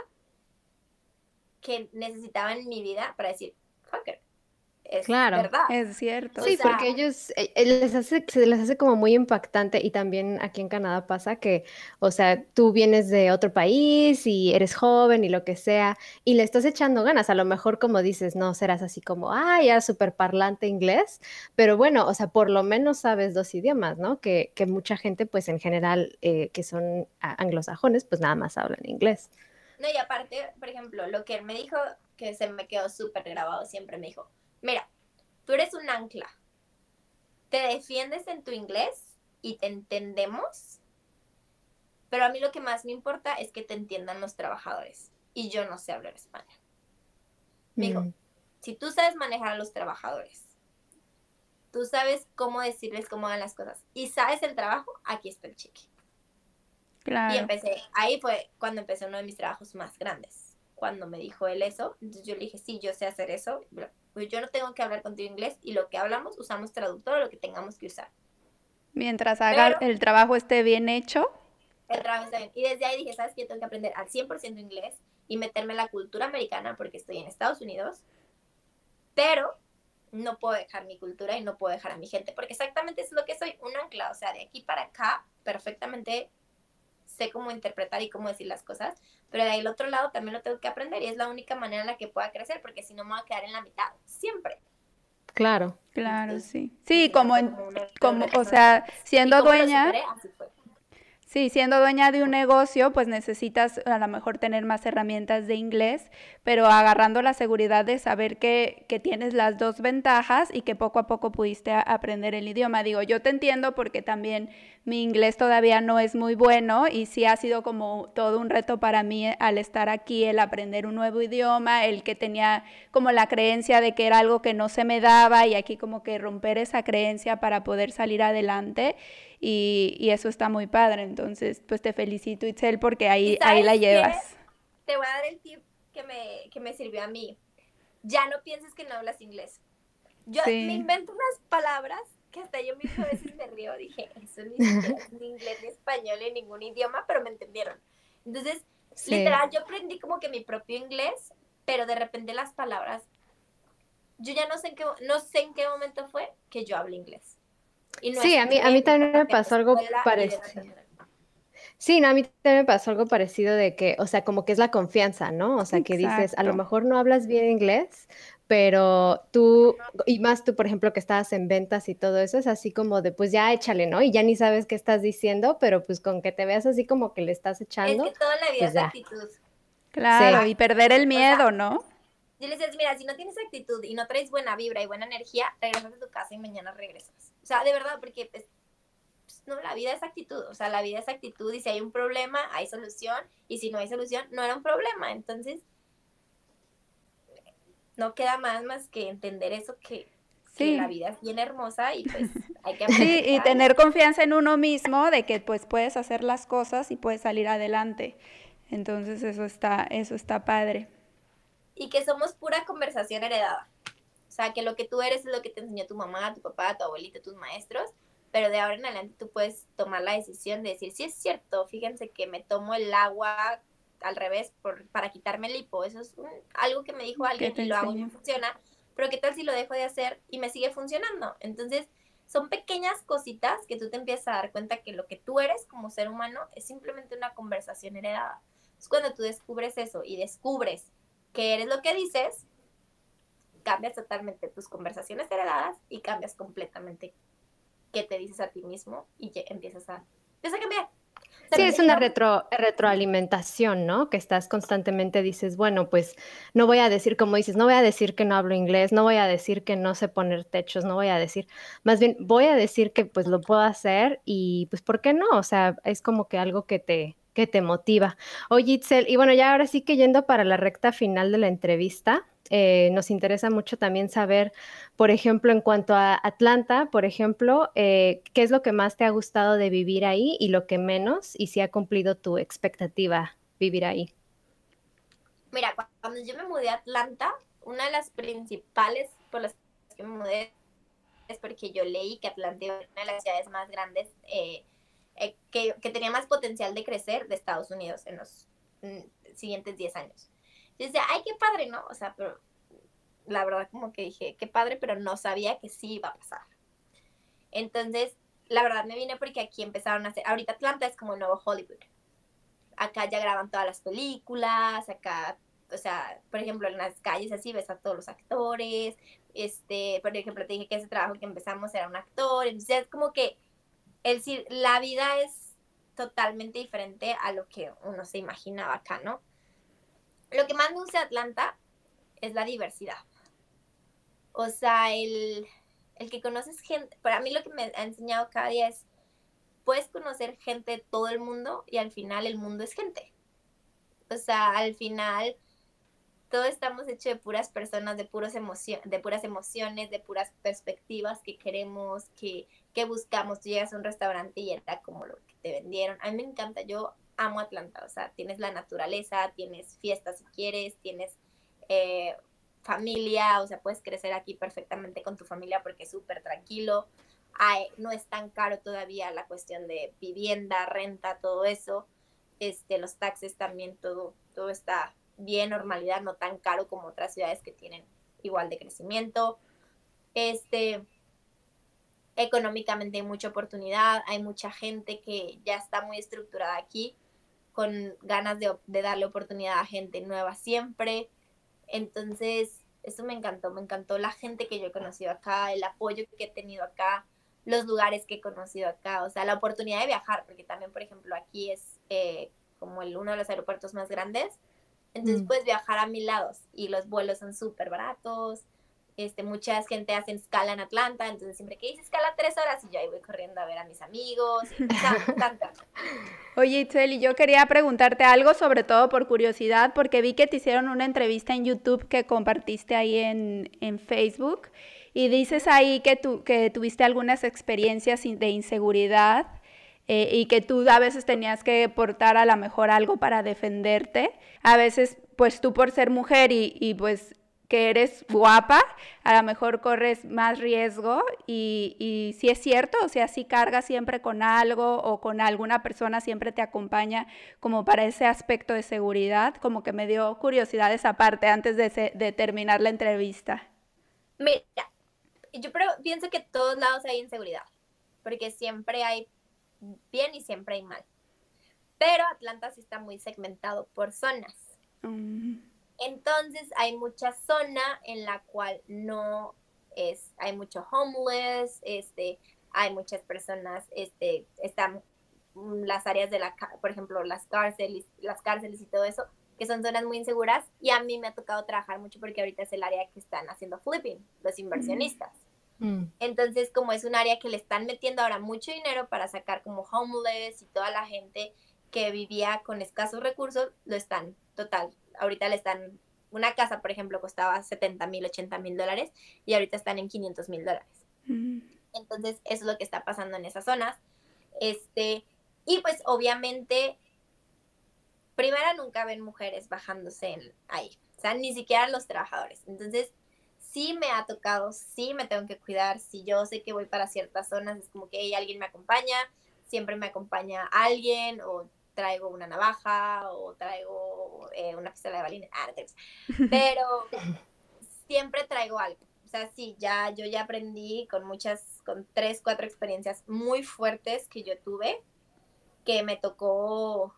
que necesitaba en mi vida para decir, fucker, es claro. verdad. Es cierto, O Sí, porque sea, sí. ellos eh, eh, les hace, se les hace como muy impactante y también aquí en Canadá pasa que, o sea, tú vienes de otro país y eres joven y lo que sea y le estás echando ganas. A lo mejor como dices, no serás así como, ah, ya súper parlante inglés, pero bueno, o sea, por lo menos sabes dos idiomas, ¿no? Que, que mucha gente, pues en general, eh, que son a- anglosajones, pues nada más hablan inglés. no, y aparte, por ejemplo, lo que él me dijo, que se me quedó súper grabado siempre, me dijo, mira, tú eres un ancla, te defiendes en tu inglés y te entendemos, pero a mí lo que más me importa es que te entiendan los trabajadores y yo no sé hablar español. Me dijo, Mm, si tú sabes manejar a los trabajadores, tú sabes cómo decirles cómo hagan las cosas y sabes el trabajo, aquí está el cheque. Y Claro. empecé, ahí fue cuando empecé uno de mis trabajos más grandes. Cuando me dijo él eso, entonces yo le dije, sí, yo sé hacer eso, pues yo no tengo que hablar contigo inglés y lo que hablamos usamos traductor o lo que tengamos que usar. Mientras haga Pero el trabajo esté bien hecho. el trabajo está bien. Y desde ahí dije, ¿sabes qué? Tengo que aprender al cien por ciento inglés y meterme en la cultura americana porque estoy en Estados Unidos, pero no puedo dejar mi cultura y no puedo dejar a mi gente, porque exactamente es lo que soy, un ancla, o sea, de aquí para acá perfectamente sé cómo interpretar y cómo decir las cosas, pero del otro lado también lo tengo que aprender y es la única manera en la que pueda crecer, porque si no me voy a quedar en la mitad, siempre. claro. Claro, Entonces, sí. sí, Sí, sí, como fue en, como uno de como, los o retos más sea, grandes. Y siendo cómo lo dueña, superé, así fue. sí, siendo dueña de un negocio, pues necesitas a lo mejor tener más herramientas de inglés, pero agarrando la seguridad de saber que, que tienes las dos ventajas y que poco a poco pudiste a- aprender el idioma. Digo, yo te entiendo porque también mi inglés todavía no es muy bueno y sí ha sido como todo un reto para mí al estar aquí, el aprender un nuevo idioma, el que tenía como la creencia de que era algo que no se me daba y aquí como que romper esa creencia para poder salir adelante. Y, y eso está muy padre, entonces pues te felicito, Itzel, porque ¿Y ahí, ahí la sabes qué? llevas. Te voy a dar el tip que me, que me sirvió a mí. Ya no pienses que no hablas inglés. Yo me Sí, invento unas palabras que hasta yo misma a veces me río. Dije, eso ni siquiera es ni inglés ni español ni ningún idioma, pero me entendieron. Entonces, Sí. literal, yo aprendí como que mi propio inglés, pero de repente las palabras yo ya no sé en qué, no sé en qué momento fue que yo hablé inglés. Y no Sí, es a mí, a mí también me de pasó algo escuela y de parecido. natación. Sí, no, a mí también me pasó algo parecido de que, o sea, como que es la confianza, ¿no? O sea, que dices, a lo Exacto. mejor no hablas bien inglés, pero tú, y más tú, por ejemplo, que estabas en ventas y todo eso, es así como de, pues ya échale, ¿no? Y ya ni sabes qué estás diciendo, pero pues con que te veas así como que le estás Es que echando, toda la vida pues es ya. actitud. Sí, Claro, y perder el O sea, miedo, ¿no? yo les decía, mira, si no tienes actitud y no traes buena vibra y buena energía, regresas a tu casa y mañana regresas. O sea, de verdad, porque pues, pues, no, la vida es actitud. O sea, la vida es actitud y si hay un problema, hay solución. Y si no hay solución, no era un problema. Entonces, no queda más más que entender eso que, que la Sí. vida es bien hermosa y pues hay que Sí, y aprovechar. tener confianza en uno mismo de que pues puedes hacer las cosas y puedes salir adelante. Entonces eso está, eso está padre. Y que somos pura conversación heredada. O sea, que lo que tú eres es lo que te enseñó tu mamá, tu papá, tu abuelita, tus maestros, pero de ahora en adelante tú puedes tomar la decisión de decir, sí es cierto, fíjense que me tomo el agua al revés por, para quitarme el hipo, eso es un, algo que me dijo ¿Qué alguien te y lo hago y me enseñó? funciona, pero ¿qué tal si lo dejo de hacer y me sigue funcionando? Entonces, son pequeñas cositas que tú te empiezas a dar cuenta que lo que tú eres como ser humano es simplemente una conversación heredada. Es cuando tú descubres eso y descubres que eres lo que dices, cambias totalmente tus conversaciones heredadas y cambias completamente qué te dices a ti mismo y ya empiezas a, empiezas a cambiar. O sea, sí, no es tiene una nada. retro, retroalimentación, ¿no? Que estás constantemente, dices, bueno, pues no voy a decir, como dices, no voy a decir que no hablo inglés, no voy a decir que no sé poner techos, no voy a decir, más bien voy a decir que pues lo puedo hacer y pues, ¿por qué no? O sea, es como que algo que te, que te motiva. Oye, Itzel, y bueno, ya ahora sí que yendo para la recta final de la entrevista, eh, nos interesa mucho también saber, por ejemplo, en cuanto a Atlanta, por ejemplo, eh, ¿qué es lo que más te ha gustado de vivir ahí y lo que menos? Y si ha cumplido tu expectativa vivir ahí. Mira, cuando yo me mudé a Atlanta, una de las principales por las que me mudé es porque yo leí que Atlanta era una de las ciudades más grandes, eh, eh, que, que, tenía más potencial de crecer de Estados Unidos en los mm, siguientes diez años. Yo decía, ay, qué padre, ¿no? O sea, pero la verdad como que dije, qué padre, pero no sabía que sí iba a pasar. Entonces, la verdad me vine porque aquí empezaron a hacer, ahorita Atlanta es como el nuevo Hollywood. Acá ya graban todas las películas, acá, o sea, por ejemplo, en las calles así ves a todos los actores, este, por ejemplo, te dije que ese trabajo que empezamos era un actor, entonces es como que el, la vida es totalmente diferente a lo que uno se imaginaba acá, ¿no? Lo que más me gusta de Atlanta es la diversidad. O sea, el, el que conoces gente, para mí lo que me ha enseñado cada día es, puedes conocer gente de todo el mundo y al final el mundo es gente. O sea, al final todos estamos hechos de puras personas, de, puros emocio de puras emociones, de puras perspectivas que queremos, que, que buscamos. Tú llegas a un restaurante y era como lo que te vendieron. A mí me encanta, yo amo Atlanta. O sea, tienes la naturaleza, tienes fiestas si quieres, tienes eh, familia, o sea, puedes crecer aquí perfectamente con tu familia porque es súper tranquilo. Ay, no es tan caro todavía la cuestión de vivienda, renta, todo eso. Este, los taxes también, todo, todo está bien, normalidad, no tan caro como otras ciudades que tienen igual de crecimiento. Este, económicamente hay mucha oportunidad, hay mucha gente que ya está muy estructurada aquí, con ganas de, de darle oportunidad a gente nueva siempre. Entonces, eso me encantó, me encantó la gente que yo he conocido acá, el apoyo que he tenido acá, los lugares que he conocido acá, o sea, la oportunidad de viajar, porque también, por ejemplo, aquí es eh, como el, uno de los aeropuertos más grandes, entonces mm. puedes viajar a mil lados y los vuelos son súper baratos, este, mucha gente hace escala en Atlanta, entonces siempre que hice escala tres horas y yo ahí voy corriendo a ver a mis amigos, y, o sea, me encanta. Oye, Itzel, y yo quería preguntarte algo, sobre todo por curiosidad, porque vi que te hicieron una entrevista en YouTube que compartiste ahí en, en Facebook, y dices ahí que, tu, que tuviste algunas experiencias de inseguridad eh, y que tú a veces tenías que portar a lo mejor algo para defenderte. A veces, pues tú por ser mujer y, y pues que eres guapa, a lo mejor corres más riesgo y, y si es cierto, o sea, si cargas siempre con algo o con alguna persona siempre te acompaña como para ese aspecto de seguridad, como que me dio curiosidad esa parte antes de, se, de terminar la entrevista. Mira, yo pero pienso que todos lados hay inseguridad, porque siempre hay bien y siempre hay mal. Pero Atlanta sí está muy segmentado por zonas. Mm. Entonces hay mucha zona en la cual no es, hay mucho homeless, este, hay muchas personas, este, están las áreas de la, por ejemplo, las cárceles, las cárceles y todo eso, que son zonas muy inseguras, y a mí me ha tocado trabajar mucho porque ahorita es el área que están haciendo flipping, los inversionistas. Mm. Entonces, como es un área que le están metiendo ahora mucho dinero para sacar como homeless y toda la gente que vivía con escasos recursos, lo están, total, ahorita le están, una casa, por ejemplo, costaba setenta mil, ochenta mil dólares, y ahorita están en quinientos mil dólares. Mm. Entonces, eso es lo que está pasando en esas zonas. Este, y pues, obviamente, primero nunca ven mujeres bajándose en ahí, o sea, ni siquiera los trabajadores. Entonces, sí me ha tocado, sí me tengo que cuidar, si yo sé que voy para ciertas zonas, es como que hey, alguien me acompaña, siempre me acompaña alguien, o traigo una navaja, o traigo eh, una pistola de balines, ah, pero siempre traigo algo. O sea, sí, ya, yo ya aprendí con muchas, con tres, cuatro experiencias muy fuertes que yo tuve, que me tocó,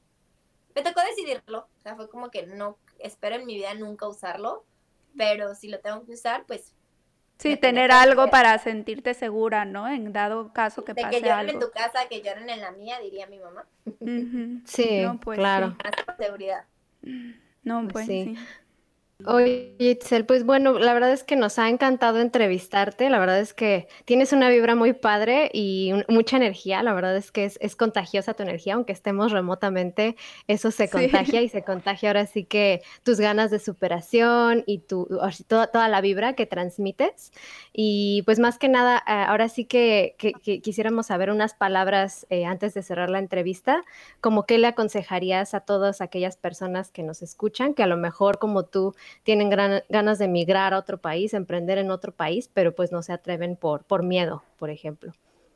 me tocó decidirlo. O sea, fue como que no, espero en mi vida nunca usarlo, pero si lo tengo que usar, pues... Sí, tener algo para sentirte segura, ¿no? En dado caso que de pase que lloren algo. en tu casa, que lloren en la mía, diría mi mamá. Uh-huh. Sí, no, pues, claro. Sí. Seguridad. No, pues, pues sí. sí. Oye, Itzel, pues bueno, la verdad es que nos ha encantado entrevistarte, la verdad es que tienes una vibra muy padre y un, mucha energía, la verdad es que es, es contagiosa tu energía, aunque estemos remotamente, eso se contagia sí. y se contagia ahora sí que tus ganas de superación y tu, toda, toda la vibra que transmites. Y pues más que nada, ahora sí que, que, que quisiéramos saber unas palabras eh, antes de cerrar la entrevista, como qué le aconsejarías a todas aquellas personas que nos escuchan, que a lo mejor como tú tienen gran, ganas de emigrar a otro país, emprender en otro país, pero pues no se atreven por, por miedo, por ejemplo.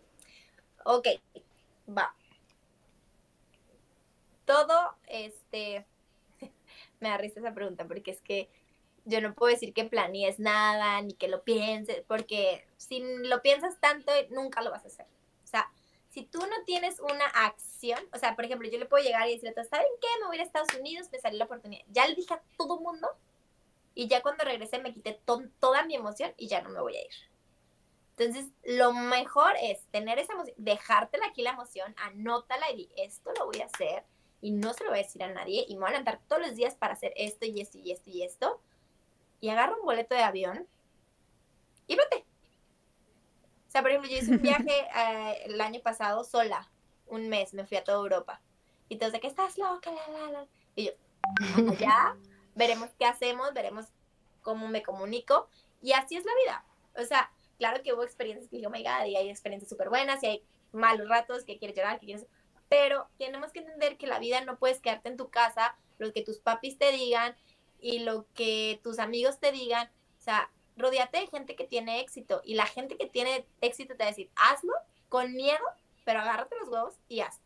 Ok, va. Todo, este, me da risa esa pregunta porque es que yo no puedo decir que planees nada, ni que lo pienses, porque si lo piensas tanto, nunca lo vas a hacer. O sea, si tú no tienes una acción, o sea, por ejemplo, yo le puedo llegar y decirle a todos, ¿saben qué? Me voy a ir a Estados Unidos, me salió la oportunidad. Ya le dije a todo el mundo, y ya cuando regresé me quité to toda mi emoción y ya no me voy a ir. Entonces, lo mejor es tener esa emoción, dejártela aquí la emoción, anótala y di, esto lo voy a hacer y no se lo voy a decir a nadie y me voy a levantar todos los días para hacer esto y esto y esto y esto. Y agarra un boleto de avión y vete. O sea, por ejemplo, yo hice un viaje eh, el año pasado sola, un mes, me fui a toda Europa. Y todos de que estás loca, la, la, la. Y yo, allá, veremos qué hacemos, veremos cómo me comunico. Y así es la vida. O sea, claro que hubo experiencias que dije, oh my God, y hay experiencias súper buenas, y hay malos ratos que quieres llorar, que quieres... Pero tenemos que entender que la vida no puedes quedarte en tu casa, lo que tus papis te digan y lo que tus amigos te digan. O sea, rodéate de gente que tiene éxito. Y la gente que tiene éxito te va a decir, hazlo con miedo, pero agárrate los huevos y hazlo.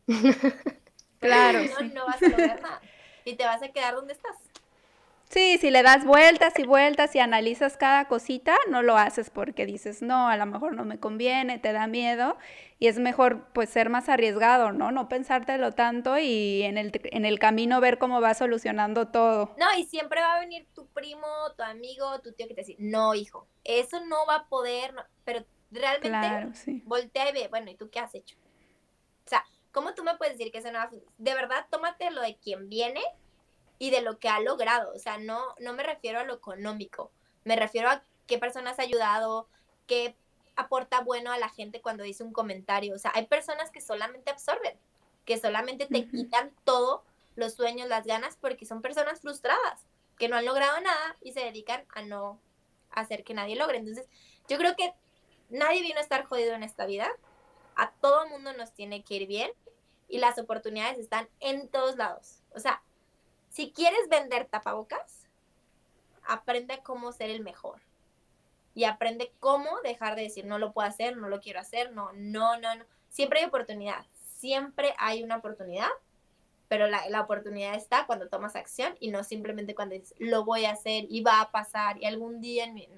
Claro, no, sí. no vas a lograr nada. Y te vas a quedar donde estás. Sí, si le das vueltas y vueltas y analizas cada cosita, no lo haces porque dices, no, a lo mejor no me conviene, te da miedo, y es mejor pues ser más arriesgado, ¿no? No pensártelo tanto y en el, en el camino ver cómo va solucionando todo. No, y siempre va a venir tu primo, tu amigo, tu tío que te dice, no, hijo, eso no va a poder, no. Pero realmente claro, sí. voltea y ve, bueno, ¿y tú qué has hecho? O sea, ¿cómo tú me puedes decir que eso no va a funcionar? De verdad, tómate lo de quien viene y de lo que ha logrado. O sea, no, no me refiero a lo económico, me refiero a qué personas ha ayudado, qué aporta bueno a la gente cuando dice un comentario. O sea, hay personas que solamente absorben, que solamente te uh-huh. quitan todo, los sueños, las ganas, porque son personas frustradas, que no han logrado nada y se dedican a no hacer que nadie logre. Entonces, yo creo que nadie vino a estar jodido en esta vida, a todo mundo nos tiene que ir bien y las oportunidades están en todos lados. O sea, si quieres vender tapabocas, aprende cómo ser el mejor. Y aprende cómo dejar de decir, no lo puedo hacer, no lo quiero hacer, no, no, no, no. Siempre hay oportunidad, siempre hay una oportunidad, pero la, la oportunidad está cuando tomas acción y no simplemente cuando dices, lo voy a hacer y va a pasar y algún día en mi... No,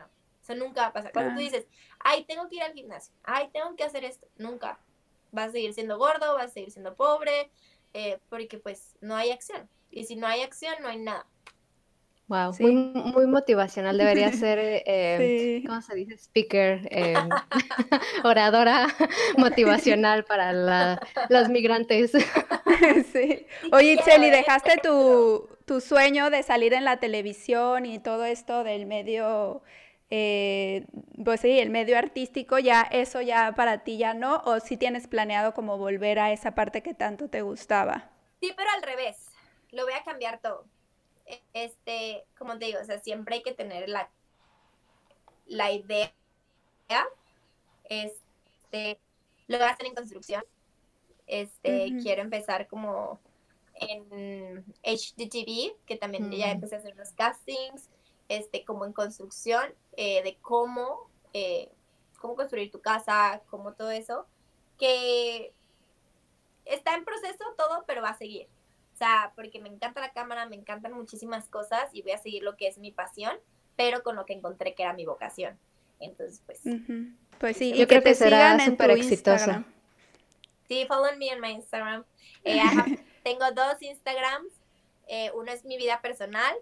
Eso nunca va a pasar. Cuando ah. tú dices, ay, tengo que ir al gimnasio, ay, tengo que hacer esto, nunca. Vas a seguir siendo gordo, vas a seguir siendo pobre, eh, porque pues no hay acción. Y si no hay acción, no hay nada. Wow, sí. muy, muy motivacional. Debería ser, eh, sí. ¿cómo se dice? Speaker, eh, oradora motivacional para la, los migrantes. Sí. Oye, Itzel, ¿y dejaste tu, tu sueño de salir en la televisión y todo esto del medio, eh, pues sí, el medio artístico, ya eso ya para ti ya no? ¿O si sí tienes planeado como volver a esa parte que tanto te gustaba? Sí, pero al revés. Lo voy a cambiar todo. Este, como te digo, o sea, siempre hay que tener la, la idea, este, lo voy a hacer en construcción, este, uh-huh. quiero empezar como en H G T V, que también uh-huh. ya empecé a hacer los castings, este, como en construcción, eh, de cómo, eh, cómo construir tu casa, cómo todo eso, que está en proceso todo, pero va a seguir. O sea, porque me encanta la cámara, me encantan muchísimas cosas y voy a seguir lo que es mi pasión, pero con lo que encontré que era mi vocación. Entonces, pues... Uh-huh. Pues sí, yo y creo que te que será sigan súper en tu exitosa. Instagram. Sí, follow me en mi Instagram. Eh, have, tengo dos Instagrams. Eh, uno es mi vida personal,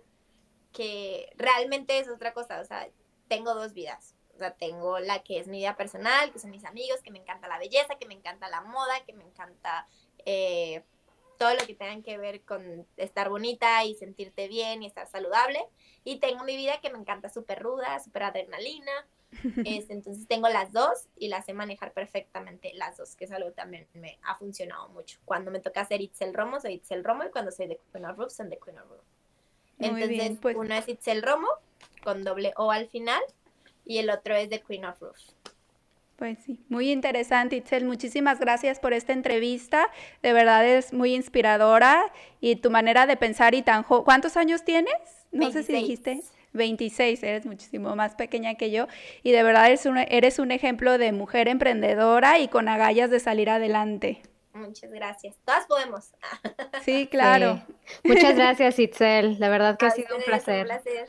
que realmente es otra cosa. O sea, tengo dos vidas. O sea, tengo la que es mi vida personal, que son mis amigos, que me encanta la belleza, que me encanta la moda, que me encanta... Eh, todo lo que tenga que ver con estar bonita y sentirte bien y estar saludable. Y tengo mi vida que me encanta súper ruda, súper adrenalina. Este, entonces tengo las dos y las sé manejar perfectamente las dos, que es algo que también me ha funcionado mucho. Cuando me toca hacer Itzel Romo, soy Itzel Romo, y cuando soy The Queen of Roof, soy The Queen of Roof. Entonces, bien, pues... uno es Itzel Romo, con doble O al final, y el otro es The Queen of Roof. Pues sí, muy interesante, Itzel. Muchísimas gracias por esta entrevista. De verdad es muy inspiradora y tu manera de pensar y tan... Jo- ¿Cuántos años tienes? No veintiséis. sé si dijiste. veintiséis, eres muchísimo más pequeña que yo. Y de verdad eres un, eres un ejemplo de mujer emprendedora y con agallas de salir adelante. Muchas gracias. Todas podemos. Sí, claro. Sí. Muchas gracias, Itzel. La verdad que A ha sido un placer. Un placer.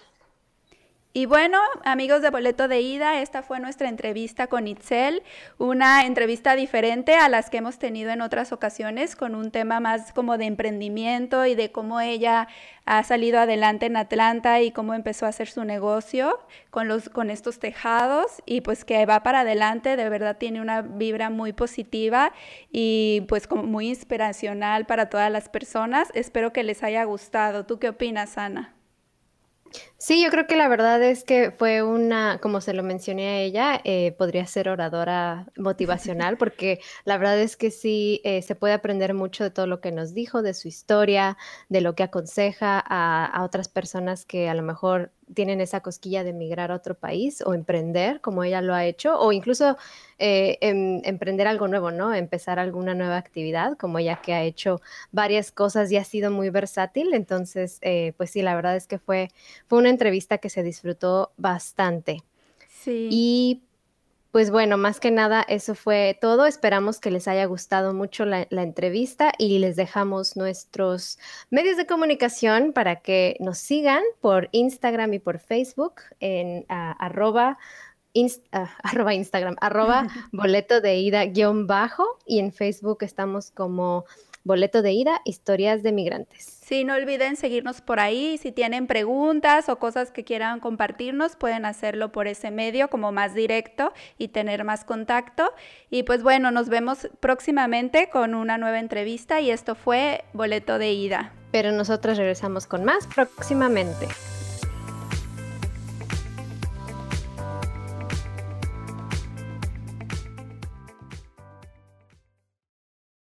Y bueno, amigos de Boleto de Ida, esta fue nuestra entrevista con Itzel, una entrevista diferente a las que hemos tenido en otras ocasiones, con un tema más como de emprendimiento y de cómo ella ha salido adelante en Atlanta y cómo empezó a hacer su negocio con, los, con estos tejados y pues que va para adelante, de verdad tiene una vibra muy positiva y pues como muy inspiracional para todas las personas. Espero que les haya gustado. ¿Tú qué opinas, Ana? Sí, yo creo que la verdad es que fue una, como se lo mencioné a ella, eh, podría ser oradora motivacional, porque la verdad es que sí, eh, se puede aprender mucho de todo lo que nos dijo, de su historia, de lo que aconseja a, a otras personas que a lo mejor tienen esa cosquilla de emigrar a otro país o emprender, como ella lo ha hecho, o incluso eh, em, emprender algo nuevo, ¿no? Empezar alguna nueva actividad, como ella que ha hecho varias cosas y ha sido muy versátil. Entonces, eh, pues sí, la verdad es que fue, fue una entrevista que se disfrutó bastante. Sí. Y pues bueno, más que nada eso fue todo. Esperamos que les haya gustado mucho la, la entrevista y les dejamos nuestros medios de comunicación para que nos sigan por Instagram y por Facebook en uh, arroba, inst, uh, arroba Instagram, arroba boleto de ida guión bajo, y en Facebook estamos como Boleto de Ida, Historias de Migrantes. Sí, no olviden seguirnos por ahí. Si tienen preguntas o cosas que quieran compartirnos, pueden hacerlo por ese medio como más directo y tener más contacto. Y pues bueno, nos vemos próximamente con una nueva entrevista y esto fue Boleto de Ida. Pero nosotros regresamos con más próximamente.